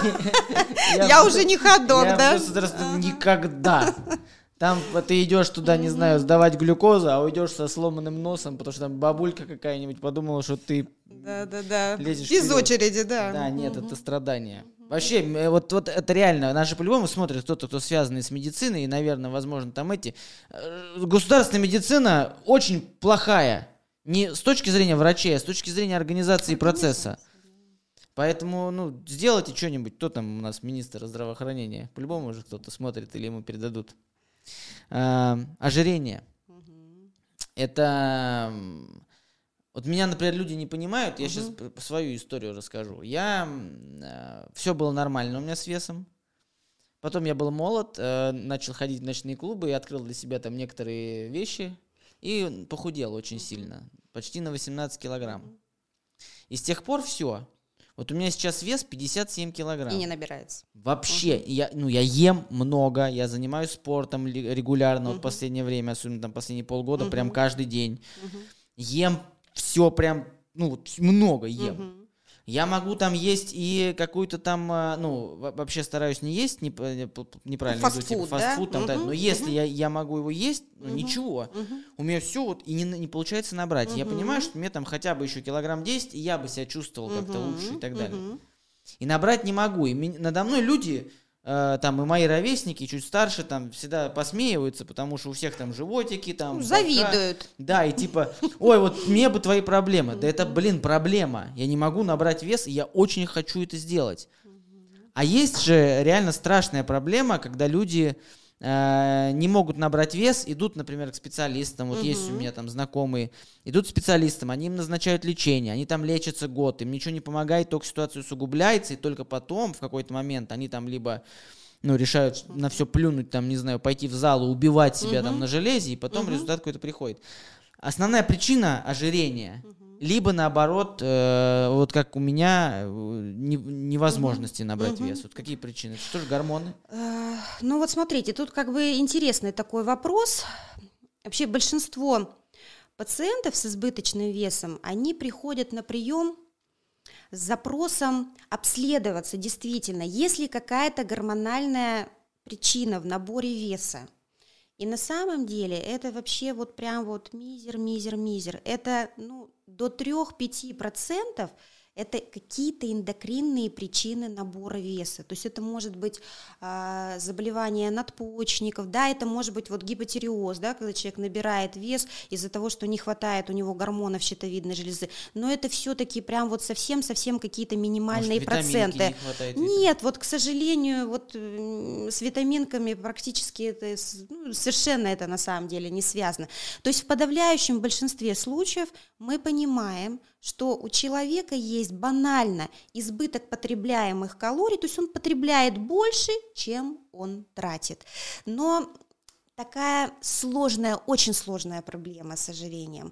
[SPEAKER 2] Я уже не ходок, да?
[SPEAKER 1] Я в государственном никогда. Там ты идешь туда, не знаю, сдавать глюкозу, а уйдешь со сломанным носом, потому что там бабулька какая-нибудь подумала, что ты
[SPEAKER 2] да-да-да.
[SPEAKER 1] лезешь
[SPEAKER 2] из очереди, да.
[SPEAKER 1] Да, нет, это страдание. Вообще, вот, вот это реально, наши по-любому смотрят кто-то, кто связанный с медициной, и, наверное, возможно, там эти... Государственная медицина очень плохая. Не с точки зрения врачей, а с точки зрения организации процесса. Поэтому, ну, сделайте что-нибудь. Кто там у нас министр здравоохранения? По-любому уже кто-то смотрит или ему передадут. А, ожирение. Угу. Это... Вот меня, например, люди не понимают. Я угу. сейчас свою историю расскажу. Я... Все было нормально у меня с весом. Потом я был молод, э, начал ходить в ночные клубы и открыл для себя там некоторые вещи. И похудел очень сильно, почти на восемнадцать килограмм. И с тех пор все. Вот у меня сейчас вес пятьдесят семь килограмм.
[SPEAKER 2] И не набирается.
[SPEAKER 1] Вообще, uh-huh. я, ну, я ем много, я занимаюсь спортом регулярно, uh-huh. вот в последнее время, особенно там последние полгода, uh-huh. прям каждый день. Uh-huh. Ем все прям, ну, много ем. Uh-huh. Я могу там есть и какую-то там, ну, вообще стараюсь не есть не, неправильно,
[SPEAKER 2] фастфуд,
[SPEAKER 1] типа фастфуд,
[SPEAKER 2] да?
[SPEAKER 1] там,
[SPEAKER 2] uh-huh.
[SPEAKER 1] но если
[SPEAKER 2] uh-huh.
[SPEAKER 1] я, я могу его есть, ну, uh-huh. ничего,
[SPEAKER 2] uh-huh.
[SPEAKER 1] у меня все вот и не, не получается набрать. Uh-huh. Я понимаю, что мне там хотя бы еще килограмм десять, и я бы себя чувствовал uh-huh. как-то лучше и так uh-huh. далее. И набрать не могу. И ми- надо мной люди, э, там и мои ровесники, чуть старше, там всегда посмеиваются, потому что у всех там животики, там...
[SPEAKER 2] Завидуют.
[SPEAKER 1] Бока. Да, и типа, ой, вот мне бы твои проблемы. Да это, блин, проблема. Я не могу набрать вес, и я очень хочу это сделать. А есть же реально страшная проблема, когда люди э, не могут набрать вес, идут, например, к специалистам. Вот uh-huh. есть у меня там знакомые, идут к специалистам, они им назначают лечение, они там лечатся год, им ничего не помогает, только ситуация усугубляется, и только потом, в какой-то момент, они там либо ну, решают uh-huh. на все плюнуть, там, не знаю, пойти в зал и убивать себя uh-huh. там на железе, и потом uh-huh. результат какой-то приходит. Основная причина ожирения, uh-huh. либо наоборот, э, вот как у меня, не, невозможности uh-huh. набрать uh-huh. вес. Вот какие причины? Это тоже гормоны?
[SPEAKER 2] Uh, ну вот смотрите, тут как бы интересный такой вопрос. Вообще большинство пациентов с избыточным весом, они приходят на прием с запросом обследоваться действительно, есть ли какая-то гормональная причина в наборе веса. И на самом деле это вообще вот прям вот мизер, мизер, мизер. Это ну, до три-пять процентов это какие-то эндокринные причины набора веса. То есть это может быть э, заболевание надпочечников, да, это может быть вот гипотиреоз, да, когда человек набирает вес из-за того, что не хватает у него гормонов щитовидной железы. Но это все-таки прям вот совсем-совсем какие-то минимальные
[SPEAKER 1] может,
[SPEAKER 2] проценты.
[SPEAKER 1] Не хватает,
[SPEAKER 2] Нет, вот, к сожалению, вот с витаминками практически это ну, совершенно это на самом деле не связано. То есть в подавляющем большинстве случаев мы понимаем, что у человека есть банально избыток потребляемых калорий, то есть он потребляет больше, чем он тратит. Но такая сложная, очень сложная проблема с ожирением.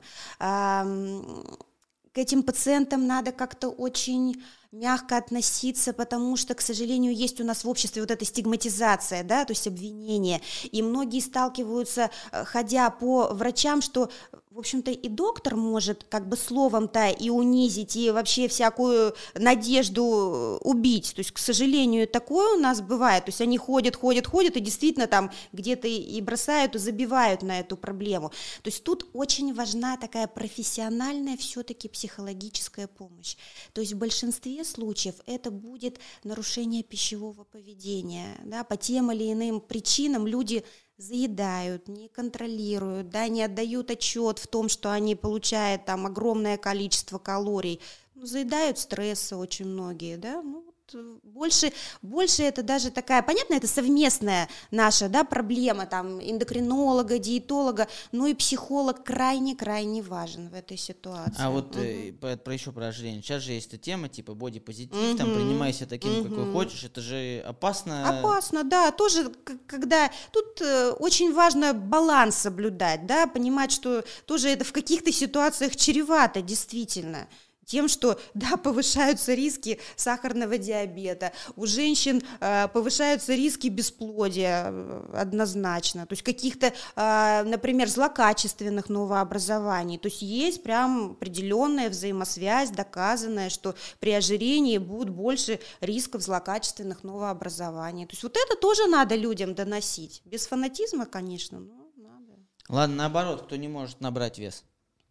[SPEAKER 2] К этим пациентам надо как-то очень мягко относиться, потому что, к сожалению, есть у нас в обществе вот эта стигматизация, да, то есть обвинение, и многие сталкиваются, ходя по врачам, что, в общем-то, и доктор может как бы словом-то и унизить, и вообще всякую надежду убить, то есть, к сожалению, такое у нас бывает, то есть они ходят, ходят, ходят, и действительно там где-то и бросают, и забивают на эту проблему, то есть тут очень важна такая профессиональная все-таки психологическая помощь, то есть в большинстве случаев это будет нарушение пищевого поведения, да, по тем или иным причинам люди заедают, не контролируют, да, не отдают отчет в том, что они получают там огромное количество калорий, ну, заедают стресса очень многие, да, ну, больше, больше это даже такая, понятно, это совместная наша, да, проблема, там, эндокринолога, диетолога, но и психолог крайне-крайне важен в этой ситуации.
[SPEAKER 1] А вот
[SPEAKER 2] угу.
[SPEAKER 1] э, про, про еще про ожирение. Сейчас же есть эта тема, типа, бодипозитив, угу. там, принимайся таким, угу. какой хочешь, это же опасно.
[SPEAKER 2] Опасно, да, тоже, когда, тут э, очень важно баланс соблюдать, да, понимать, что тоже это в каких-то ситуациях чревато, действительно. Тем, что, да, повышаются риски сахарного диабета, у женщин э, повышаются риски бесплодия э, однозначно, то есть каких-то, э, например, злокачественных новообразований, то есть есть прям определенная взаимосвязь, доказанная, что при ожирении будет больше рисков злокачественных новообразований, то есть вот это тоже надо людям доносить, без фанатизма, конечно, но надо.
[SPEAKER 1] Ладно, наоборот, кто не может набрать вес?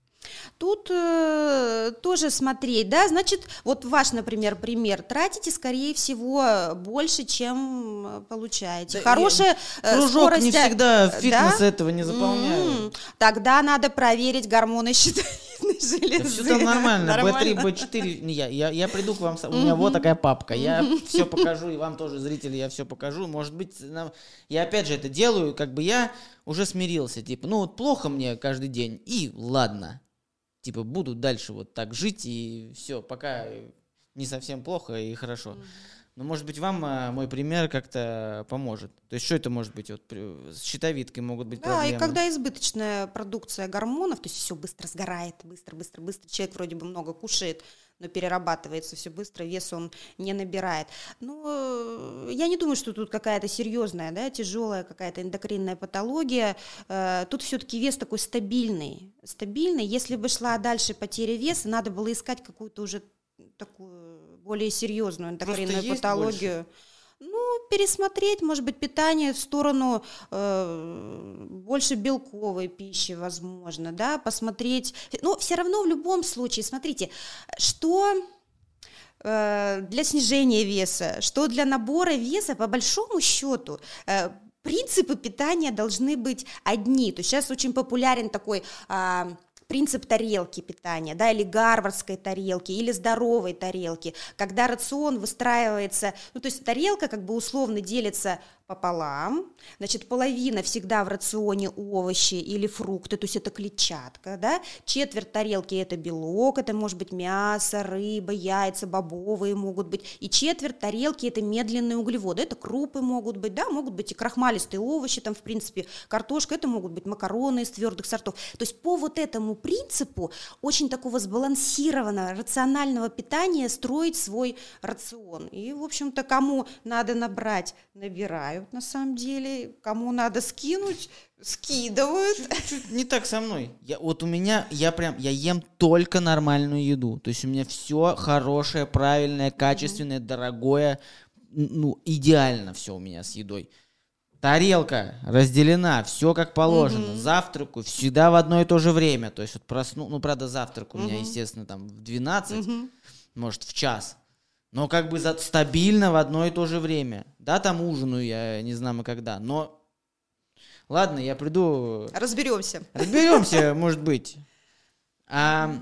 [SPEAKER 2] Тут э, тоже смотреть, да, значит, вот ваш, например, пример, тратите, скорее всего, больше, чем получаете. Да, Хорошая э,
[SPEAKER 1] кружок
[SPEAKER 2] скорость...
[SPEAKER 1] не всегда фитнес
[SPEAKER 2] да?
[SPEAKER 1] этого не заполняют.
[SPEAKER 2] Mm-hmm. Тогда надо проверить гормоны щитовидной железы.
[SPEAKER 1] Да все там нормально, бэ три, бэ четыре, я, я, я приду к вам, у меня mm-hmm. вот такая папка, я mm-hmm. все покажу, и вам тоже, зрители, я все покажу, может быть, я опять же это делаю, как бы я уже смирился, типа, ну вот плохо мне каждый день, и ладно. Типа, буду дальше вот так жить, и все, пока не совсем плохо и хорошо. Mm-hmm. Но, может быть, вам а, мой пример как-то поможет. То есть, что это может быть? Вот, с щитовидкой могут быть
[SPEAKER 2] да,
[SPEAKER 1] проблемы.
[SPEAKER 2] Да, и когда избыточная продукция гормонов, то есть все быстро сгорает, быстро, быстро, быстро. Человек вроде бы много кушает, но перерабатывается все быстро, вес он не набирает. Но я не думаю, что тут какая-то серьезная, да, тяжелая какая-то эндокринная патология. Тут все-таки вес такой стабильный. Стабильный. Если бы шла дальше потеря веса, надо было искать какую-то уже такую более серьезную эндокринную патологию. Ну, пересмотреть, может быть, питание в сторону э, больше белковой пищи, возможно, да, посмотреть. Но все равно в любом случае, смотрите, что э, для снижения веса, что для набора веса, по большому счету, э, принципы питания должны быть одни. То есть сейчас очень популярен такой... Э, принцип тарелки питания, да, или гарвардской тарелки, или здоровой тарелки, когда рацион выстраивается, ну, то есть тарелка как бы условно делится пополам, значит, половина всегда в рационе овощи или фрукты, то есть это клетчатка, да, четверть тарелки это белок, это может быть мясо, рыба, яйца, бобовые могут быть, и четверть тарелки это медленные углеводы, это крупы могут быть, да, могут быть и крахмалистые овощи, там, в принципе, картошка, это могут быть макароны из твердых сортов, то есть по вот этому принципу очень такого сбалансированного, рационального питания строить свой рацион, и, в общем-то, кому надо набрать, набирают, на самом деле, кому надо скинуть, скидывают.
[SPEAKER 1] Чуть-чуть не так со мной. Я, вот у меня, я прям, я ем только нормальную еду. То есть у меня все хорошее, правильное, качественное, mm-hmm. дорогое, ну, идеально все у меня с едой. Тарелка разделена, все как положено. Mm-hmm. Завтраку всегда в одно и то же время. То есть вот просну, ну, правда, завтрак у mm-hmm. меня, естественно, там в двенадцать, mm-hmm. может, в час. Но как бы за, стабильно в одно и то же время. Да, там ужинаю я, не знаю когда, но... Ладно, я приду...
[SPEAKER 2] Разберемся.
[SPEAKER 1] Разберемся, может быть. А,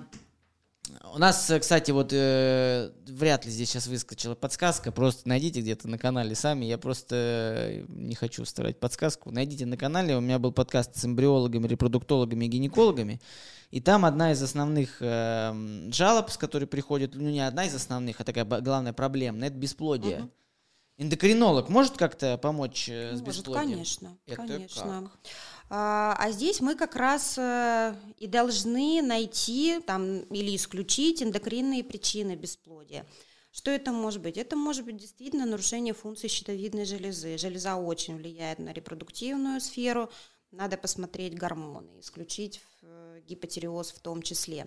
[SPEAKER 1] у нас, кстати, вот э, вряд ли здесь сейчас выскочила подсказка. Просто найдите где-то на канале сами. Я просто не хочу вставлять подсказку. Найдите на канале. У меня был подкаст с эмбриологами, репродуктологами и гинекологами. И там одна из основных э, жалоб, с которой приходят, ну не одна из основных, а такая главная проблема, это бесплодие. Угу. Эндокринолог может как-то помочь э, с
[SPEAKER 2] может,
[SPEAKER 1] бесплодием?
[SPEAKER 2] Конечно, это конечно. А, а здесь мы как раз э, и должны найти там, или исключить эндокринные причины бесплодия. Что это может быть? Это может быть действительно нарушение функции щитовидной железы. Железа очень влияет на репродуктивную сферу. Надо посмотреть гормоны, исключить гипотиреоз в том числе.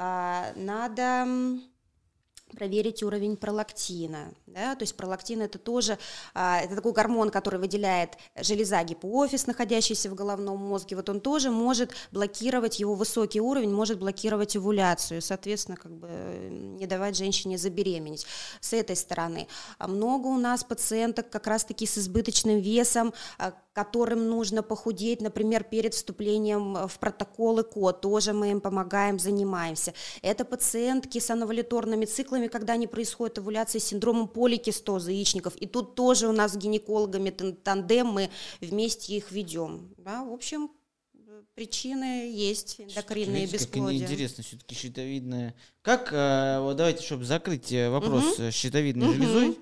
[SPEAKER 2] Надо проверить уровень пролактина. Да? То есть пролактин это тоже это такой гормон, который выделяет железа гипофиз, находящаяся в головном мозге. Вот он тоже может блокировать, его высокий уровень может блокировать овуляцию, соответственно, как бы не давать женщине забеременеть. С этой стороны. Много у нас пациенток как раз-таки с избыточным весом, которым нужно похудеть, например, перед вступлением в протокол ЭКО, тоже мы им помогаем, занимаемся. Это пациентки с анавалиторными циклами, когда не происходит овуляция, с синдромом поликистоза яичников, и тут тоже у нас с гинекологами тандем, мы вместе их ведем. Да, в общем, причины есть эндокринные бесплодия.
[SPEAKER 1] Как интересно, все-таки щитовидная. Как, вот давайте, чтобы закрыть вопрос угу. с щитовидной угу. железой,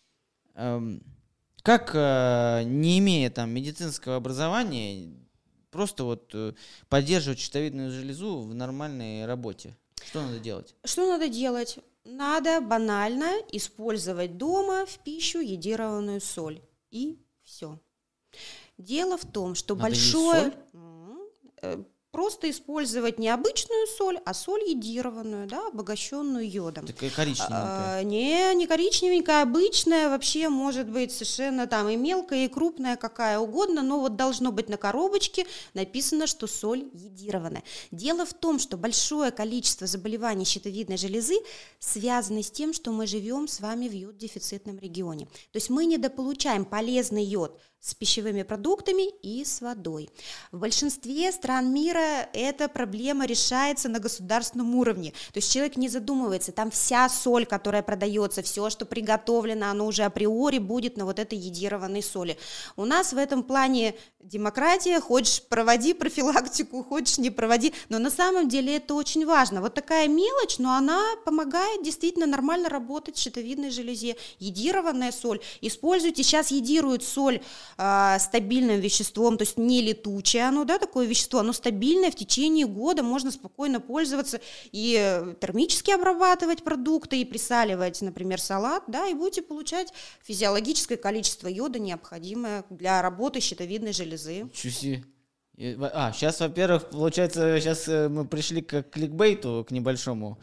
[SPEAKER 1] как, не имея там медицинского образования, просто вот поддерживать щитовидную железу в нормальной работе? Что надо делать?
[SPEAKER 2] Что надо делать? Надо банально использовать дома в пищу йодированную соль. И все. Дело в том, что
[SPEAKER 1] надо
[SPEAKER 2] большое... Просто использовать не обычную соль, а соль йодированную, да, обогащенную йодом.
[SPEAKER 1] Такая коричневенькая.
[SPEAKER 2] А, не, не коричневенькая, обычная, вообще может быть совершенно там и мелкая, и крупная, какая угодно, но вот должно быть на коробочке написано, что соль йодированная. Дело в том, что большое количество заболеваний щитовидной железы связано с тем, что мы живем с вами в йод-дефицитном регионе. То есть мы недополучаем полезный йод с пищевыми продуктами и с водой. В большинстве стран мира эта проблема решается на государственном уровне. То есть человек не задумывается, там вся соль, которая продается, все, что приготовлено, оно уже априори будет на вот этой йодированной соли. У нас в этом плане демократия, хочешь проводи профилактику, хочешь не проводи, но на самом деле это очень важно. Вот такая мелочь, но она помогает действительно нормально работать в щитовидной железе. Йодированная соль, используйте, сейчас йодируют соль э, стабильным веществом, то есть не летучее оно, да, такое вещество, оно стабильное, в течение года можно спокойно пользоваться и термически обрабатывать продукты, и присаливать, например, салат, да, и будете получать физиологическое количество йода, необходимое для работы щитовидной железы.
[SPEAKER 1] Чуси. А, сейчас, во-первых, получается, сейчас мы пришли к кликбейту, к небольшому.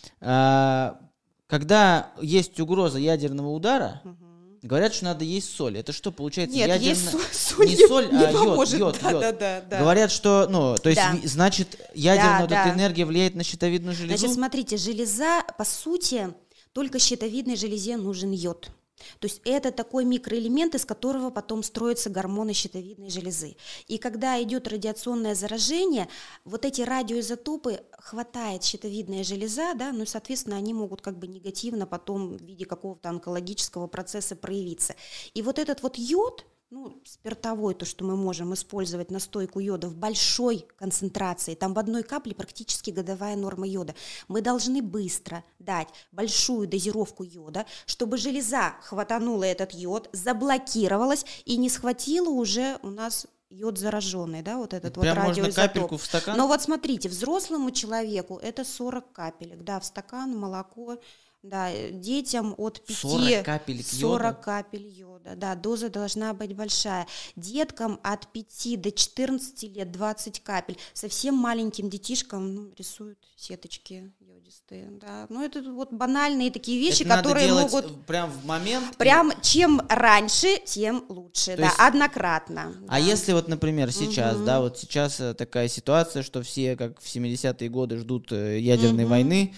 [SPEAKER 1] А, когда есть угроза ядерного удара, угу. говорят, что надо есть соль. Это что, получается,
[SPEAKER 2] Нет,
[SPEAKER 1] ядерная...
[SPEAKER 2] есть соль, соль
[SPEAKER 1] не соль,
[SPEAKER 2] не
[SPEAKER 1] а
[SPEAKER 2] поможет.
[SPEAKER 1] йод, йод,
[SPEAKER 2] да,
[SPEAKER 1] йод.
[SPEAKER 2] Да, да, да.
[SPEAKER 1] Говорят, что, ну, то есть,
[SPEAKER 2] да.
[SPEAKER 1] значит, ядерная
[SPEAKER 2] да,
[SPEAKER 1] вот
[SPEAKER 2] да.
[SPEAKER 1] эта энергия влияет на щитовидную железу?
[SPEAKER 2] Значит, смотрите, железа, по сути, только щитовидной железе нужен йод. То есть это такой микроэлемент, из которого потом строятся гормоны щитовидной железы. И когда идет радиационное заражение, вот эти радиоизотопы хватает щитовидная железа, да, ну и, соответственно, они могут как бы негативно потом в виде какого-то онкологического процесса проявиться. И вот этот вот йод, ну, спиртовой, то, что мы можем использовать настойку йода в большой концентрации, там в одной капле практически годовая норма йода, мы должны быстро дать большую дозировку йода, чтобы железа хватанула этот йод, заблокировалась и не схватила уже у нас йод зараженный, да, вот этот
[SPEAKER 1] Прям
[SPEAKER 2] вот
[SPEAKER 1] радиоизотоп. Можно капельку в стакан?
[SPEAKER 2] Но вот смотрите, взрослому человеку это сорок капелек, да, в стакан молоко. Да, детям от пяти
[SPEAKER 1] сорок капель
[SPEAKER 2] сорок капель йода, да, доза должна быть большая. Деткам от пяти до четырнадцати лет двадцать капель. Совсем маленьким детишкам ну, рисуют сеточки йодистые, да. Ну это вот банальные такие вещи,
[SPEAKER 1] это
[SPEAKER 2] которые
[SPEAKER 1] надо делать
[SPEAKER 2] могут
[SPEAKER 1] прям в момент.
[SPEAKER 2] Прям чем раньше, тем лучше, То да, есть... однократно.
[SPEAKER 1] А
[SPEAKER 2] да.
[SPEAKER 1] если вот, например, сейчас,
[SPEAKER 2] угу.
[SPEAKER 1] да, вот сейчас такая ситуация, что все, как в семидесятые годы, ждут ядерной угу. войны.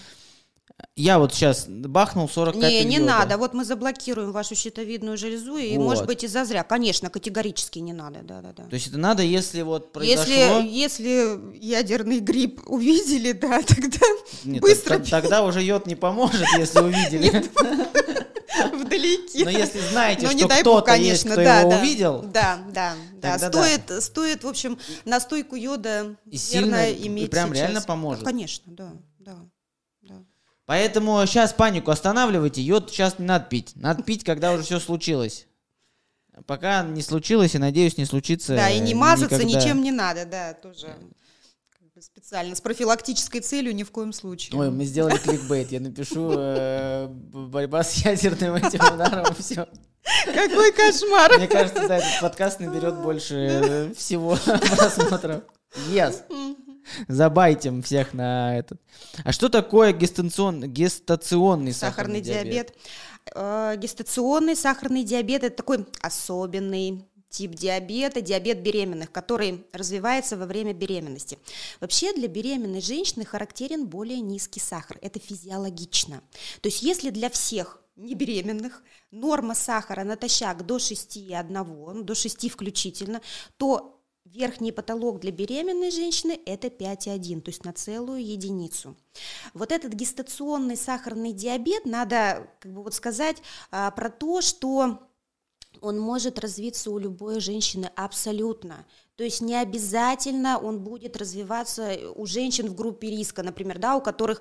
[SPEAKER 1] Я вот сейчас бахнул сорок
[SPEAKER 2] не,
[SPEAKER 1] капель
[SPEAKER 2] не
[SPEAKER 1] йода.
[SPEAKER 2] надо, вот мы заблокируем вашу щитовидную железу, и,
[SPEAKER 1] вот.
[SPEAKER 2] может быть, и зазря. Конечно, категорически не надо, да-да-да.
[SPEAKER 1] То есть это надо, если вот произошло...
[SPEAKER 2] Если, если ядерный грипп увидели, да, тогда
[SPEAKER 1] Нет,
[SPEAKER 2] быстро...
[SPEAKER 1] Тогда, тогда уже йод не поможет, если увидели.
[SPEAKER 2] Вдалеке.
[SPEAKER 1] Но если знаете,
[SPEAKER 2] Но
[SPEAKER 1] что кто-то есть, кто его увидел...
[SPEAKER 2] Да, да, да. Стоит, стоит, в общем, настойку йода верно иметь.
[SPEAKER 1] И прям реально поможет.
[SPEAKER 2] Конечно, да, да.
[SPEAKER 1] Поэтому сейчас панику останавливайте, йод сейчас не надо пить. Надо пить, когда уже все случилось. Пока не случилось, и, надеюсь, не случится
[SPEAKER 2] Да, и не мазаться
[SPEAKER 1] никогда.
[SPEAKER 2] Ничем не надо, да, тоже как бы специально, с профилактической целью ни в коем случае.
[SPEAKER 1] Ой, мы сделали кликбейт, я напишу э, борьба с ядерным этим ударом, все.
[SPEAKER 2] Какой кошмар!
[SPEAKER 1] Мне кажется, да, этот подкаст наберет больше всего просмотров. Yes. Забайтим всех на этот. А что такое гестационный, гестационный сахарный, сахарный диабет?
[SPEAKER 2] диабет? Гестационный сахарный диабет – это такой особенный тип диабета, диабет беременных, который развивается во время беременности. Вообще для беременной женщины характерен более низкий сахар. Это физиологично. То есть если для всех небеременных норма сахара натощак до шести и одного, до шести включительно, то верхний потолок для беременной женщины – это пять и один, то есть на целую единицу. Вот этот гестационный сахарный диабет, надо как бы вот сказать а, про то, что он может развиться у любой женщины абсолютно. То есть не обязательно он будет развиваться у женщин в группе риска, например, да, у которых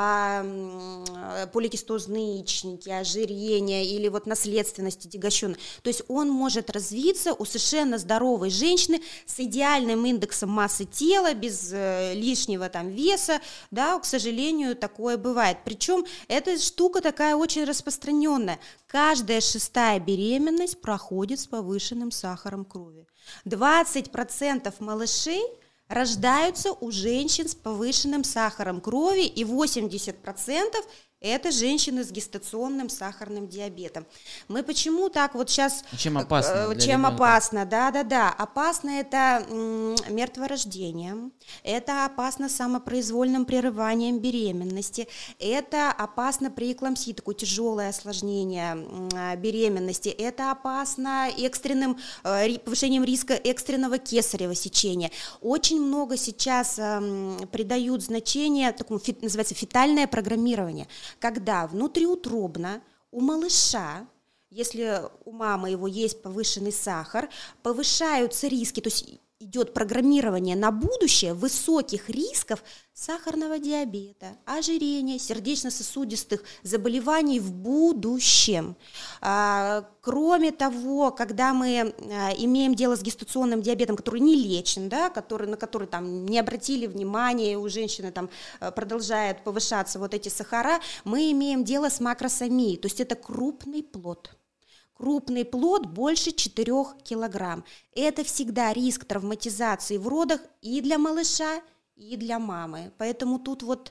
[SPEAKER 2] а, поликистозные яичники, ожирение или вот наследственность отягощенная. То есть он может развиться у совершенно здоровой женщины с идеальным индексом массы тела, без э, лишнего там веса, да, к сожалению, такое бывает. Причем эта штука такая очень распространенная. Каждая шестая беременность проходит с повышенным сахаром крови. двадцать процентов малышей рождаются у женщин с повышенным сахаром крови, и восемьдесят процентов Это женщины с гестационным сахарным диабетом. Мы почему так вот сейчас...
[SPEAKER 1] Чем опасно?
[SPEAKER 2] Чем опасно, да-да-да. Опасно это м, мертворождением, это опасно самопроизвольным прерыванием беременности, это опасно преэклампсией, такое тяжелое осложнение м, беременности, это опасно экстренным, э, повышением риска экстренного кесарево сечения. Очень много сейчас э, придают значение, такому, фит, называется фетальное программирование, когда внутриутробно у малыша, если у мамы его есть повышенный сахар, повышаются риски, то есть идет программирование на будущее высоких рисков сахарного диабета, ожирения, сердечно-сосудистых заболеваний в будущем. А, кроме того, когда мы а, имеем дело с гестационным диабетом, который не лечен, да, который, на который там, не обратили внимания, у женщины там, продолжают повышаться вот эти сахара, мы имеем дело с макросомией, то есть это крупный плод. Крупный плод больше четырёх килограмм. Это всегда риск травматизации в родах и для малыша, и для мамы. Поэтому тут вот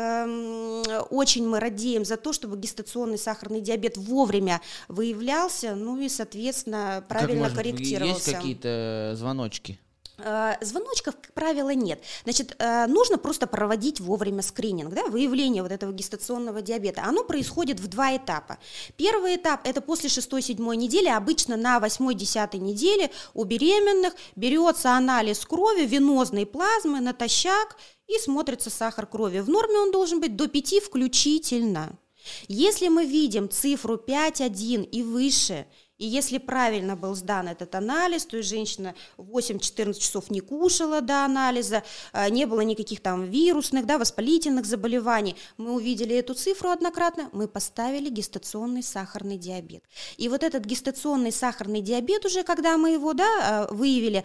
[SPEAKER 2] эм, очень мы радеем за то, чтобы гестационный сахарный диабет вовремя выявлялся, ну и, соответственно, правильно
[SPEAKER 1] как, может,
[SPEAKER 2] корректировался.
[SPEAKER 1] Есть какие-то звоночки?
[SPEAKER 2] Звоночков, как правило, нет. Значит, нужно просто проводить вовремя скрининг, да, выявление вот этого гестационного диабета. Оно происходит в два этапа. Первый этап – это после шестой-седьмой недели, обычно на восьмой-десятой неделе у беременных берется анализ крови, венозной плазмы натощак и смотрится сахар крови. В норме он должен быть до пяти включительно. Если мы видим цифру пять один и выше, и если правильно был сдан этот анализ, то есть женщина восемь-четырнадцать часов не кушала до анализа, не было никаких там вирусных, да, воспалительных заболеваний, мы увидели эту цифру однократно, мы поставили гестационный сахарный диабет. И вот этот гестационный сахарный диабет уже, когда мы его, да, выявили,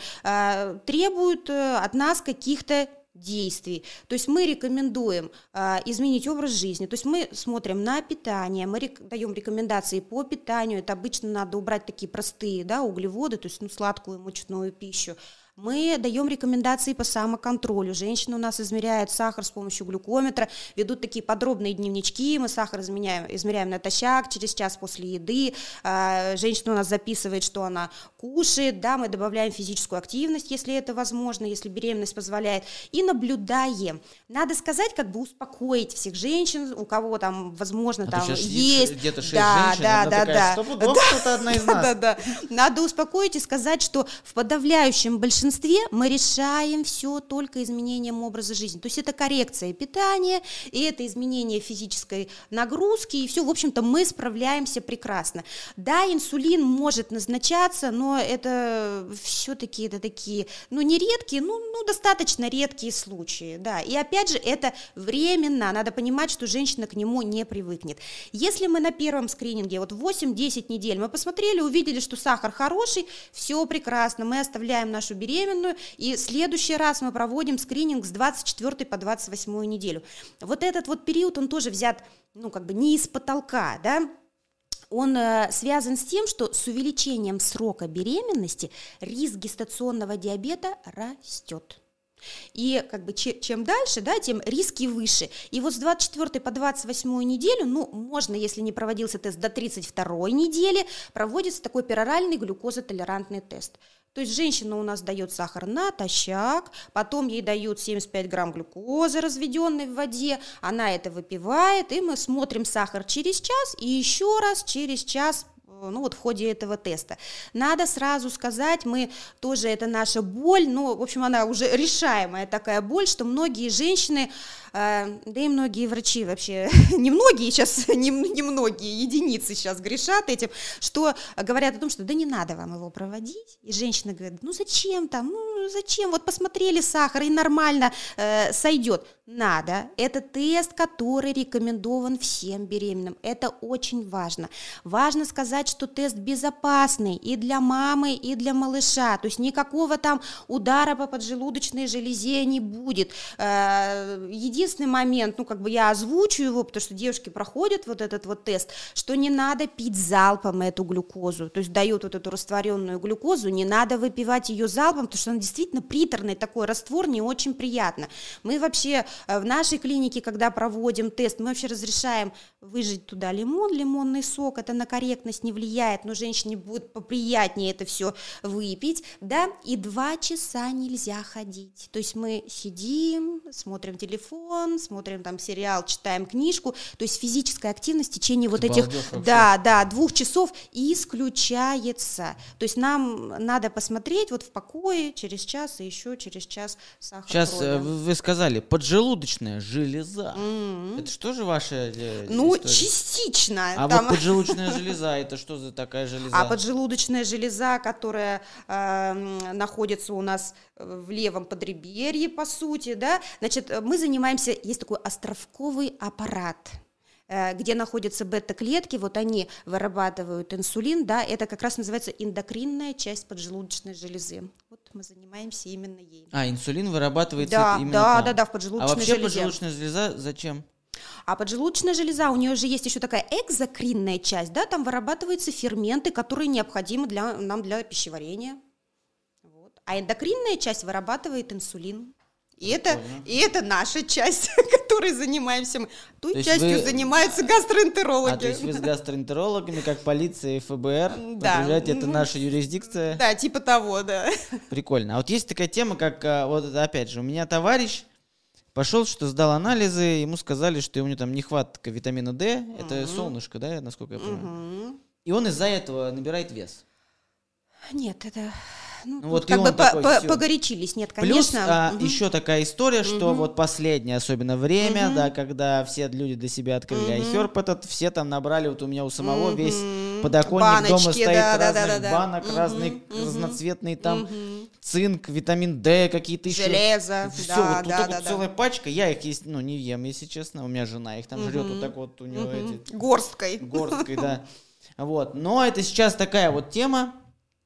[SPEAKER 2] требует от нас каких-то действий. То есть мы рекомендуем а, изменить образ жизни, то есть мы смотрим на питание, мы рек- даем рекомендации по питанию, это обычно надо убрать такие простые, да, углеводы, то есть ну, сладкую мучную пищу. Мы даем рекомендации по самоконтролю. Женщины у нас измеряют сахар с помощью глюкометра, ведут такие подробные дневнички, мы сахар измеряем, измеряем натощак, через час после еды. Женщина у нас записывает, что она кушает, да, мы добавляем физическую активность, если это возможно, если беременность позволяет, и наблюдаем. Надо сказать, как бы успокоить всех женщин, у кого там, возможно,
[SPEAKER 1] а
[SPEAKER 2] там есть...
[SPEAKER 1] Где-то шесть
[SPEAKER 2] да,
[SPEAKER 1] женщин,
[SPEAKER 2] да,
[SPEAKER 1] она
[SPEAKER 2] да,
[SPEAKER 1] такая,
[SPEAKER 2] да.
[SPEAKER 1] стопудово кто-то одна из нас.
[SPEAKER 2] Да, да. Надо успокоить и сказать, что в подавляющем большинстве мы решаем все только изменением образа жизни. То есть это коррекция питания, и это изменение физической нагрузки, и все, в общем-то, мы справляемся прекрасно. Да, инсулин может назначаться, но это все-таки это такие, ну, не редкие, ну, ну, достаточно редкие случаи, да. И опять же, это временно, надо понимать, что женщина к нему не привыкнет. Если мы на первом скрининге, вот восемь-десять недель, мы посмотрели, увидели, что сахар хороший, все прекрасно, мы оставляем нашу беременность, и в следующий раз мы проводим скрининг с двадцать четвёртой по двадцать восьмую неделю. Вот этот вот период, он тоже взят, ну, как бы не из потолка, да, он э, связан с тем, что с увеличением срока беременности риск гестационного диабета растет. И как бы че, чем дальше, да, тем риски выше. И вот с двадцать четвёртой по двадцать восьмую неделю, ну, можно, если не проводился тест до тридцать второй недели, проводится такой пероральный глюкозотолерантный тест. То есть женщина у нас дает сахар натощак, потом ей дают семьдесят пять грамм глюкозы, разведенной в воде, она это выпивает, и мы смотрим сахар через час и еще раз через час, ну вот в ходе этого теста. Надо сразу сказать, мы тоже, это наша боль, ну, в общем, она уже решаемая такая боль, что многие женщины, э, да и многие врачи вообще, не многие сейчас, не, не многие, единицы сейчас грешат этим, что говорят о том, что да не надо вам его проводить, и женщина говорит, ну зачем там, ну зачем, вот посмотрели сахар и нормально э, сойдет. Надо, это тест, который рекомендован всем беременным, это очень важно. Важно сказать, что тест безопасный и для мамы, и для малыша, то есть никакого там удара по поджелудочной железе не будет. Единственный момент, ну как бы я озвучу его, потому что девушки проходят вот этот вот тест, что не надо пить залпом эту глюкозу, то есть дают вот эту растворенную глюкозу, не надо выпивать ее залпом, потому что она действительно приторный такой раствор, не очень приятно. Мы вообще в нашей клинике, когда проводим тест, мы вообще разрешаем выжать туда лимон, лимонный сок, это на корректность не влияет, но женщине будет поприятнее это все выпить, да, и два часа нельзя ходить, то есть мы сидим, смотрим телефон, смотрим там сериал, читаем книжку, то есть физическая активность в течение вот этих, да, да, двух часов исключается, то есть нам надо посмотреть вот в покое через час и еще через час сахар
[SPEAKER 1] Сейчас
[SPEAKER 2] крови.
[SPEAKER 1] Вы сказали, поджелудочная железа,
[SPEAKER 2] Mm-hmm.
[SPEAKER 1] это что же ваша э,
[SPEAKER 2] Ну,
[SPEAKER 1] история?
[SPEAKER 2] Частично.
[SPEAKER 1] А
[SPEAKER 2] там...
[SPEAKER 1] вот поджелудочная железа, это что за такая железа?
[SPEAKER 2] А поджелудочная железа, которая э, находится у нас в левом подреберье, по сути, да, значит, мы занимаемся, есть такой островковый аппарат, э, где находятся бета-клетки, вот они вырабатывают инсулин, да, это как раз называется эндокринная часть поджелудочной железы. Вот мы занимаемся именно ей.
[SPEAKER 1] А, инсулин вырабатывается
[SPEAKER 2] да,
[SPEAKER 1] именно
[SPEAKER 2] да,
[SPEAKER 1] там?
[SPEAKER 2] Да, да, в поджелудочной
[SPEAKER 1] железе. А вообще
[SPEAKER 2] железе.
[SPEAKER 1] поджелудочная железа зачем?
[SPEAKER 2] А поджелудочная железа, у нее же есть еще такая экзокринная часть, да, там вырабатываются ферменты, которые необходимы для, нам для пищеварения. Вот. А эндокринная часть вырабатывает инсулин. И это, и это наша часть, которой занимаемся мы. Той
[SPEAKER 1] то
[SPEAKER 2] частью
[SPEAKER 1] вы...
[SPEAKER 2] занимаются гастроэнтерологи.
[SPEAKER 1] А, то есть вы с гастроэнтерологами, как полиция и ФБР,
[SPEAKER 2] да.
[SPEAKER 1] определяете, это наша юрисдикция?
[SPEAKER 2] Да, типа того, да.
[SPEAKER 1] Прикольно. А вот есть такая тема, как, вот опять же, у меня товарищ пошел, что сдал анализы, ему сказали, что у него там нехватка витамина D, mm-hmm. это солнышко, да, насколько я понимаю. Mm-hmm. И он из-за этого набирает вес.
[SPEAKER 2] Нет, это... Ну,
[SPEAKER 1] ну, вот
[SPEAKER 2] как бы
[SPEAKER 1] такой,
[SPEAKER 2] по- по- погорячились, нет, конечно.
[SPEAKER 1] Плюс а,
[SPEAKER 2] угу.
[SPEAKER 1] еще такая история, что
[SPEAKER 2] угу.
[SPEAKER 1] вот последнее особенно время,
[SPEAKER 2] угу.
[SPEAKER 1] да, когда все люди для себя открыли угу. iHerb этот, все там набрали, вот у меня у самого угу. весь подоконник Баночки, дома стоит
[SPEAKER 2] да,
[SPEAKER 1] разных
[SPEAKER 2] да, да, да.
[SPEAKER 1] банок,
[SPEAKER 2] угу.
[SPEAKER 1] разных
[SPEAKER 2] угу.
[SPEAKER 1] разноцветные там
[SPEAKER 2] угу.
[SPEAKER 1] цинк, витамин D, какие-то еще.
[SPEAKER 2] Железо,
[SPEAKER 1] все,
[SPEAKER 2] да,
[SPEAKER 1] вот,
[SPEAKER 2] да,
[SPEAKER 1] вот
[SPEAKER 2] да,
[SPEAKER 1] вот
[SPEAKER 2] да.
[SPEAKER 1] целая пачка, я их есть, ну, не ем, если честно, у меня жена их там
[SPEAKER 2] угу.
[SPEAKER 1] жрет вот так вот, у нее
[SPEAKER 2] угу.
[SPEAKER 1] эти...
[SPEAKER 2] Горсткой.
[SPEAKER 1] Горсткой, да. Вот, но это сейчас такая вот тема.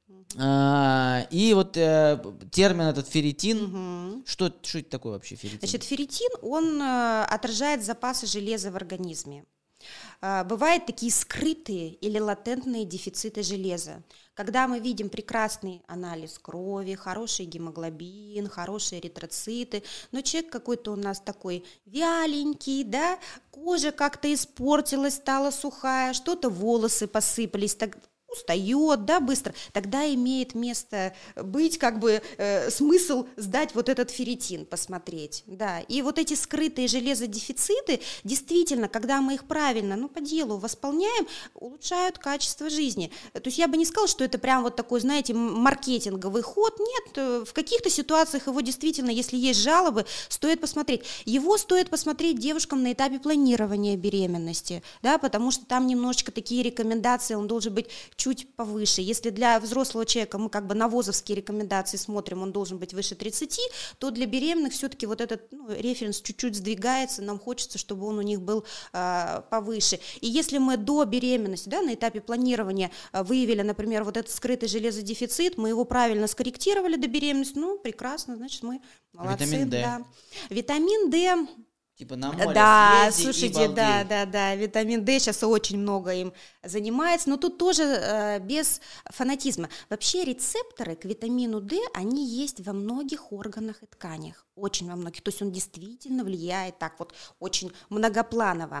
[SPEAKER 1] А, и вот э, термин этот ферритин, угу. что, что это такое вообще ферритин?
[SPEAKER 2] Значит, ферритин, он э, отражает запасы железа в организме. Э, бывают такие скрытые или латентные дефициты железа. Когда мы видим прекрасный анализ крови, хороший гемоглобин, хорошие эритроциты, но человек какой-то у нас такой вяленький, да, кожа как-то испортилась, стала сухая, что-то волосы посыпались, так устает, да, быстро, тогда имеет место быть, как бы, э, смысл сдать вот этот ферритин, посмотреть, да, и вот эти скрытые железодефициты, действительно, когда мы их правильно, ну, по делу восполняем, улучшают качество жизни, то есть я бы не сказала, что это прям вот такой, знаете, маркетинговый ход, нет, в каких-то ситуациях его действительно, если есть жалобы, стоит посмотреть, его стоит посмотреть девушкам на этапе планирования беременности, да, потому что там немножечко такие рекомендации, он должен быть чуть повыше. Если для взрослого человека мы как бы на ВОЗовские рекомендации смотрим, он должен быть выше тридцати, то для беременных все-таки вот этот ну, референс чуть-чуть сдвигается, нам хочется, чтобы он у них был а, повыше. И если мы до беременности, да, на этапе планирования а, выявили, например, вот этот скрытый железодефицит, мы его правильно скорректировали до беременности, ну, прекрасно, значит, мы молодцы.
[SPEAKER 1] Витамин D.
[SPEAKER 2] Да. Витамин D...
[SPEAKER 1] Типа на море
[SPEAKER 2] да,
[SPEAKER 1] съезди
[SPEAKER 2] слушайте,
[SPEAKER 1] и
[SPEAKER 2] да, да, да, витамин D сейчас очень много им занимается, но тут тоже э, без фанатизма. Вообще рецепторы к витамину D, они есть во многих органах и тканях, очень во многих, то есть он действительно влияет так вот очень многопланово.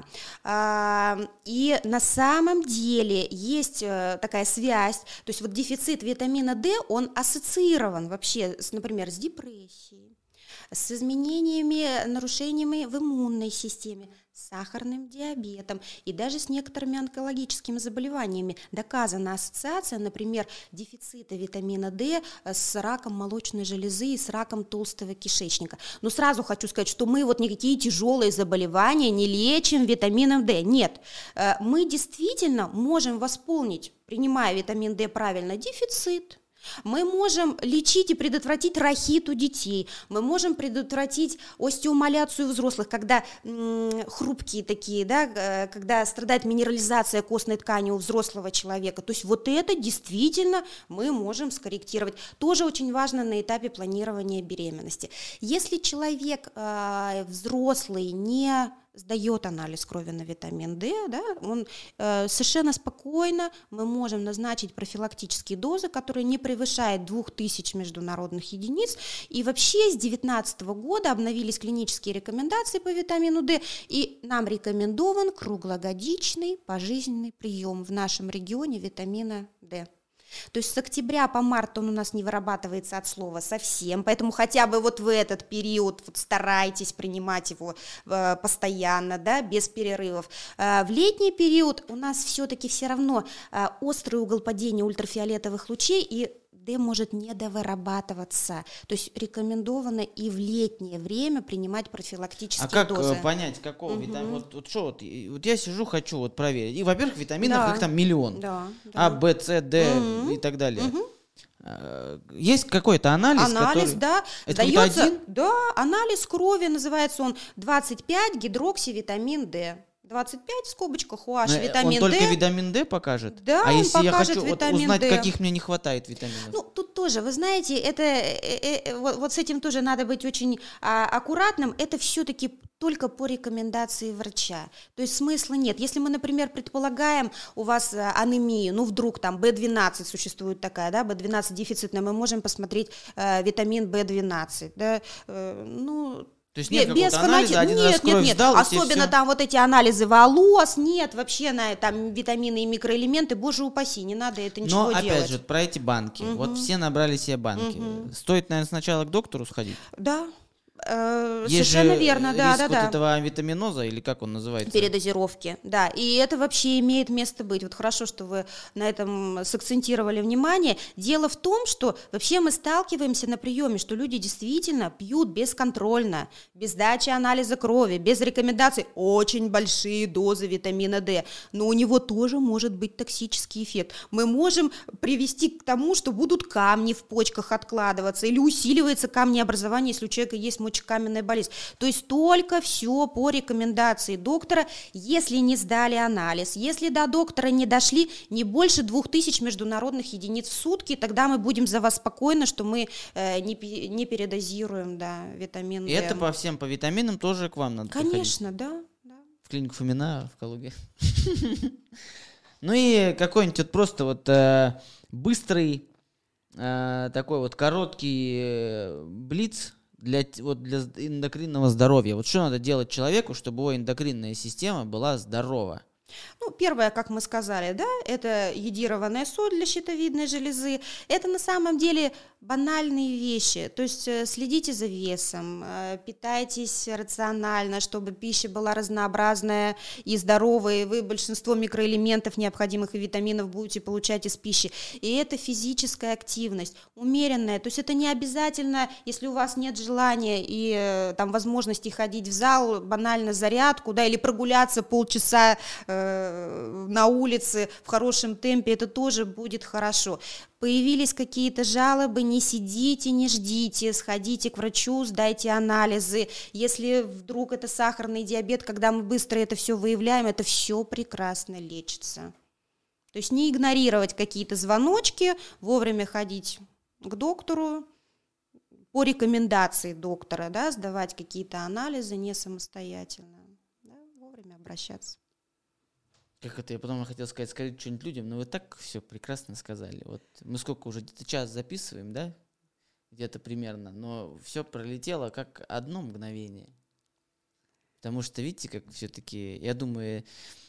[SPEAKER 2] А, и на самом деле есть э, такая связь, то есть вот дефицит витамина D, он ассоциирован вообще, с, например, с депрессией, с изменениями, нарушениями в иммунной системе, с сахарным диабетом и даже с некоторыми онкологическими заболеваниями. Доказана ассоциация, например, дефицита витамина D с раком молочной железы и с раком толстого кишечника. Но сразу хочу сказать, что мы вот никакие тяжелые заболевания не лечим витамином D. Нет, мы действительно можем восполнить, принимая витамин D правильно, дефицит. Мы можем лечить и предотвратить рахит у детей. Мы можем предотвратить остеомаляцию у взрослых, когда м, хрупкие такие, да, когда страдает минерализация костной ткани у взрослого человека. То есть вот это действительно мы можем скорректировать. Тоже очень важно на этапе планирования беременности. Если человек э, взрослый не сдает анализ крови на витамин D, да, он э, совершенно спокойно, мы можем назначить профилактические дозы, которые не превышают двух тысяч международных единиц, и вообще с две тысячи девятнадцатого года обновились клинические рекомендации по витамину D, и нам рекомендован круглогодичный пожизненный прием в нашем регионе витамина D. То есть с октября по март он у нас не вырабатывается от слова совсем, поэтому хотя бы вот в этот период вот старайтесь принимать его э, постоянно, да, без перерывов. Э, в летний период у нас все-таки все равно э, острый угол падения ультрафиолетовых лучей, и D может недовырабатываться. То есть рекомендовано и в летнее время принимать профилактические
[SPEAKER 1] а как
[SPEAKER 2] дозы.
[SPEAKER 1] А как понять, какого
[SPEAKER 2] угу.
[SPEAKER 1] витамина? Вот, вот что, вот, вот я сижу, хочу вот проверить. И, во-первых, витаминов
[SPEAKER 2] да.
[SPEAKER 1] их там миллион.
[SPEAKER 2] Да, да.
[SPEAKER 1] А, Б, С, Д
[SPEAKER 2] угу.
[SPEAKER 1] и так далее.
[SPEAKER 2] Угу.
[SPEAKER 1] Есть какой-то анализ?
[SPEAKER 2] Анализ,
[SPEAKER 1] который...
[SPEAKER 2] да.
[SPEAKER 1] Это
[SPEAKER 2] Сдается,
[SPEAKER 1] один?
[SPEAKER 2] да, анализ крови, называется он двадцать пять гидроксивитамин D. двадцать пять в скобочках о эйч, витамин
[SPEAKER 1] он
[SPEAKER 2] D.
[SPEAKER 1] только витамин D покажет?
[SPEAKER 2] Да,
[SPEAKER 1] а
[SPEAKER 2] он
[SPEAKER 1] если я
[SPEAKER 2] покажет
[SPEAKER 1] хочу вот узнать, D. каких мне не хватает витаминов?
[SPEAKER 2] Ну, тут тоже, вы знаете, это, э, э, вот, вот с этим тоже надо быть очень а, аккуратным. Это все-таки только по рекомендации врача. То есть смысла нет. Если мы, например, предполагаем у вас анемию, ну, вдруг там бэ двенадцать существует такая, да, бэ двенадцать дефицитная, мы можем посмотреть э, витамин бэ двенадцать, да, э, ну...
[SPEAKER 1] То есть нет
[SPEAKER 2] без
[SPEAKER 1] анализа,
[SPEAKER 2] фанати...
[SPEAKER 1] один
[SPEAKER 2] нет,
[SPEAKER 1] раз кровь
[SPEAKER 2] нет, нет.
[SPEAKER 1] сдал,
[SPEAKER 2] Особенно там вот эти анализы волос, нет, вообще на там витамины и микроэлементы, боже упаси, не надо это ничего
[SPEAKER 1] Но,
[SPEAKER 2] делать.
[SPEAKER 1] Но опять же, про эти банки. Угу. Вот все набрали себе банки. Угу. Стоит, наверное, сначала к доктору сходить?
[SPEAKER 2] Да. Э,
[SPEAKER 1] Есть
[SPEAKER 2] совершенно
[SPEAKER 1] же
[SPEAKER 2] верно, да,
[SPEAKER 1] риск
[SPEAKER 2] да,
[SPEAKER 1] вот
[SPEAKER 2] да.
[SPEAKER 1] этого витаминоза, или как он называется?
[SPEAKER 2] Передозировки, да, и это вообще имеет место быть. Вот хорошо, что вы на этом сакцентировали внимание. Дело в том, что вообще мы сталкиваемся на приеме, что люди действительно пьют бесконтрольно, без дачи анализа крови, без рекомендаций, очень большие дозы витамина D, но у него тоже может быть токсический эффект. Мы можем привести к тому, что будут камни в почках откладываться или усиливается камнеобразование, если у человека есть мочекаменная болезнь. То есть только все по рекомендации доктора. Если не сдали анализ, если до доктора не дошли, не больше двух тысяч международных единиц в сутки, тогда мы будем за вас спокойны, что мы э, не, не передозируем, да, витамин D.
[SPEAKER 1] И это по всем, по витаминам тоже к вам надо
[SPEAKER 2] Конечно,
[SPEAKER 1] приходить?
[SPEAKER 2] Да, да.
[SPEAKER 1] В клинику Фомина в Калуге. Ну и какой-нибудь вот просто вот быстрый, такой вот короткий блиц для, вот, для эндокринного здоровья. Вот что надо делать человеку, чтобы его эндокринная система была здорова?
[SPEAKER 2] Ну, первое, как мы сказали, да, это йодированная соль для щитовидной железы. Это на самом деле банальные вещи. То есть следите за весом, питайтесь рационально, чтобы пища была разнообразная и здоровая, и вы большинство микроэлементов необходимых и витаминов будете получать из пищи. И это физическая активность, умеренная. То есть это не обязательно, если у вас нет желания и там возможности ходить в зал, банально зарядку, да, или прогуляться полчаса на улице в хорошем темпе, это тоже будет хорошо. Появились какие-то жалобы, не сидите, не ждите, сходите к врачу, сдайте анализы. Если вдруг это сахарный диабет, когда мы быстро это все выявляем, это все прекрасно лечится. То есть не игнорировать какие-то звоночки, вовремя ходить к доктору, по рекомендации доктора, да, сдавать какие-то анализы не самостоятельно, да, вовремя обращаться.
[SPEAKER 1] Как это, я потом хотел сказать, скажите что-нибудь людям, но вы так все прекрасно сказали. Вот мы сколько уже, где-то час записываем, да, где-то примерно, но все пролетело как одно мгновение. Потому что, видите, как все-таки, я думаю,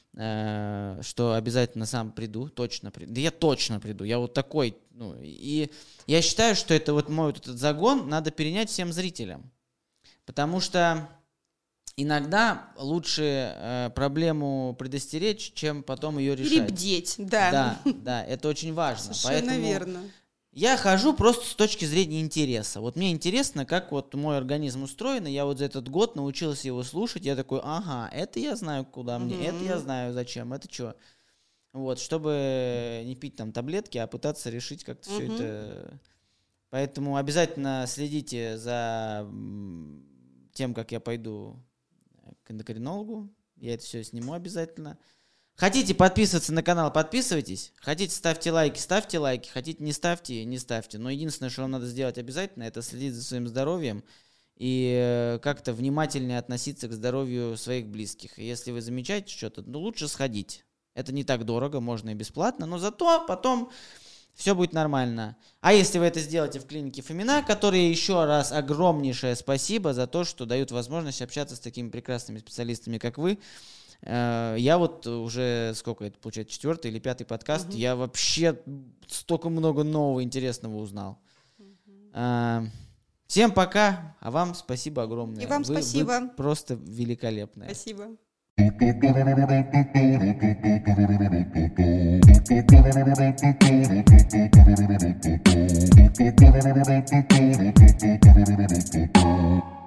[SPEAKER 1] э, что обязательно сам приду, точно приду. Да я точно приду, я вот такой, ну, и я считаю, что это вот мой вот этот загон надо перенять всем зрителям. Потому что иногда лучше э, проблему предостеречь, чем потом ее решать.
[SPEAKER 2] Перебдеть, да.
[SPEAKER 1] Да, да, это очень важно.
[SPEAKER 2] Совершенно
[SPEAKER 1] Поэтому
[SPEAKER 2] верно.
[SPEAKER 1] Я хожу просто с точки зрения интереса. Вот мне интересно, как вот мой организм устроен, и я вот за этот год научился его слушать. Я такой, ага, это я знаю, куда мне, mm-hmm. это я знаю, зачем, это что. Вот, чтобы не пить там таблетки, а пытаться решить как-то все
[SPEAKER 2] Мгм.
[SPEAKER 1] это. Поэтому обязательно следите за м, тем, как я пойду к эндокринологу. Я это все сниму обязательно. Хотите подписываться на канал, подписывайтесь. Хотите, ставьте лайки, ставьте лайки. Хотите, не ставьте, не ставьте. Но единственное, что вам надо сделать обязательно, это следить за своим здоровьем и э, как-то внимательнее относиться к здоровью своих близких. И если вы замечаете что-то, ну лучше сходить. Это не так дорого, можно и бесплатно, но зато потом все будет нормально. А если вы это сделаете в клинике Фомина, которые еще раз огромнейшее спасибо за то, что дают возможность общаться с такими прекрасными специалистами, как вы. Э, Я вот уже, сколько это получается, четвертый или пятый подкаст,
[SPEAKER 2] Мгм.
[SPEAKER 1] я вообще столько много нового интересного узнал. Э, Всем пока, а вам спасибо огромное.
[SPEAKER 2] И вам
[SPEAKER 1] Вы- вы
[SPEAKER 2] спасибо.
[SPEAKER 1] просто великолепные.
[SPEAKER 2] Спасибо.
[SPEAKER 3] Thank you.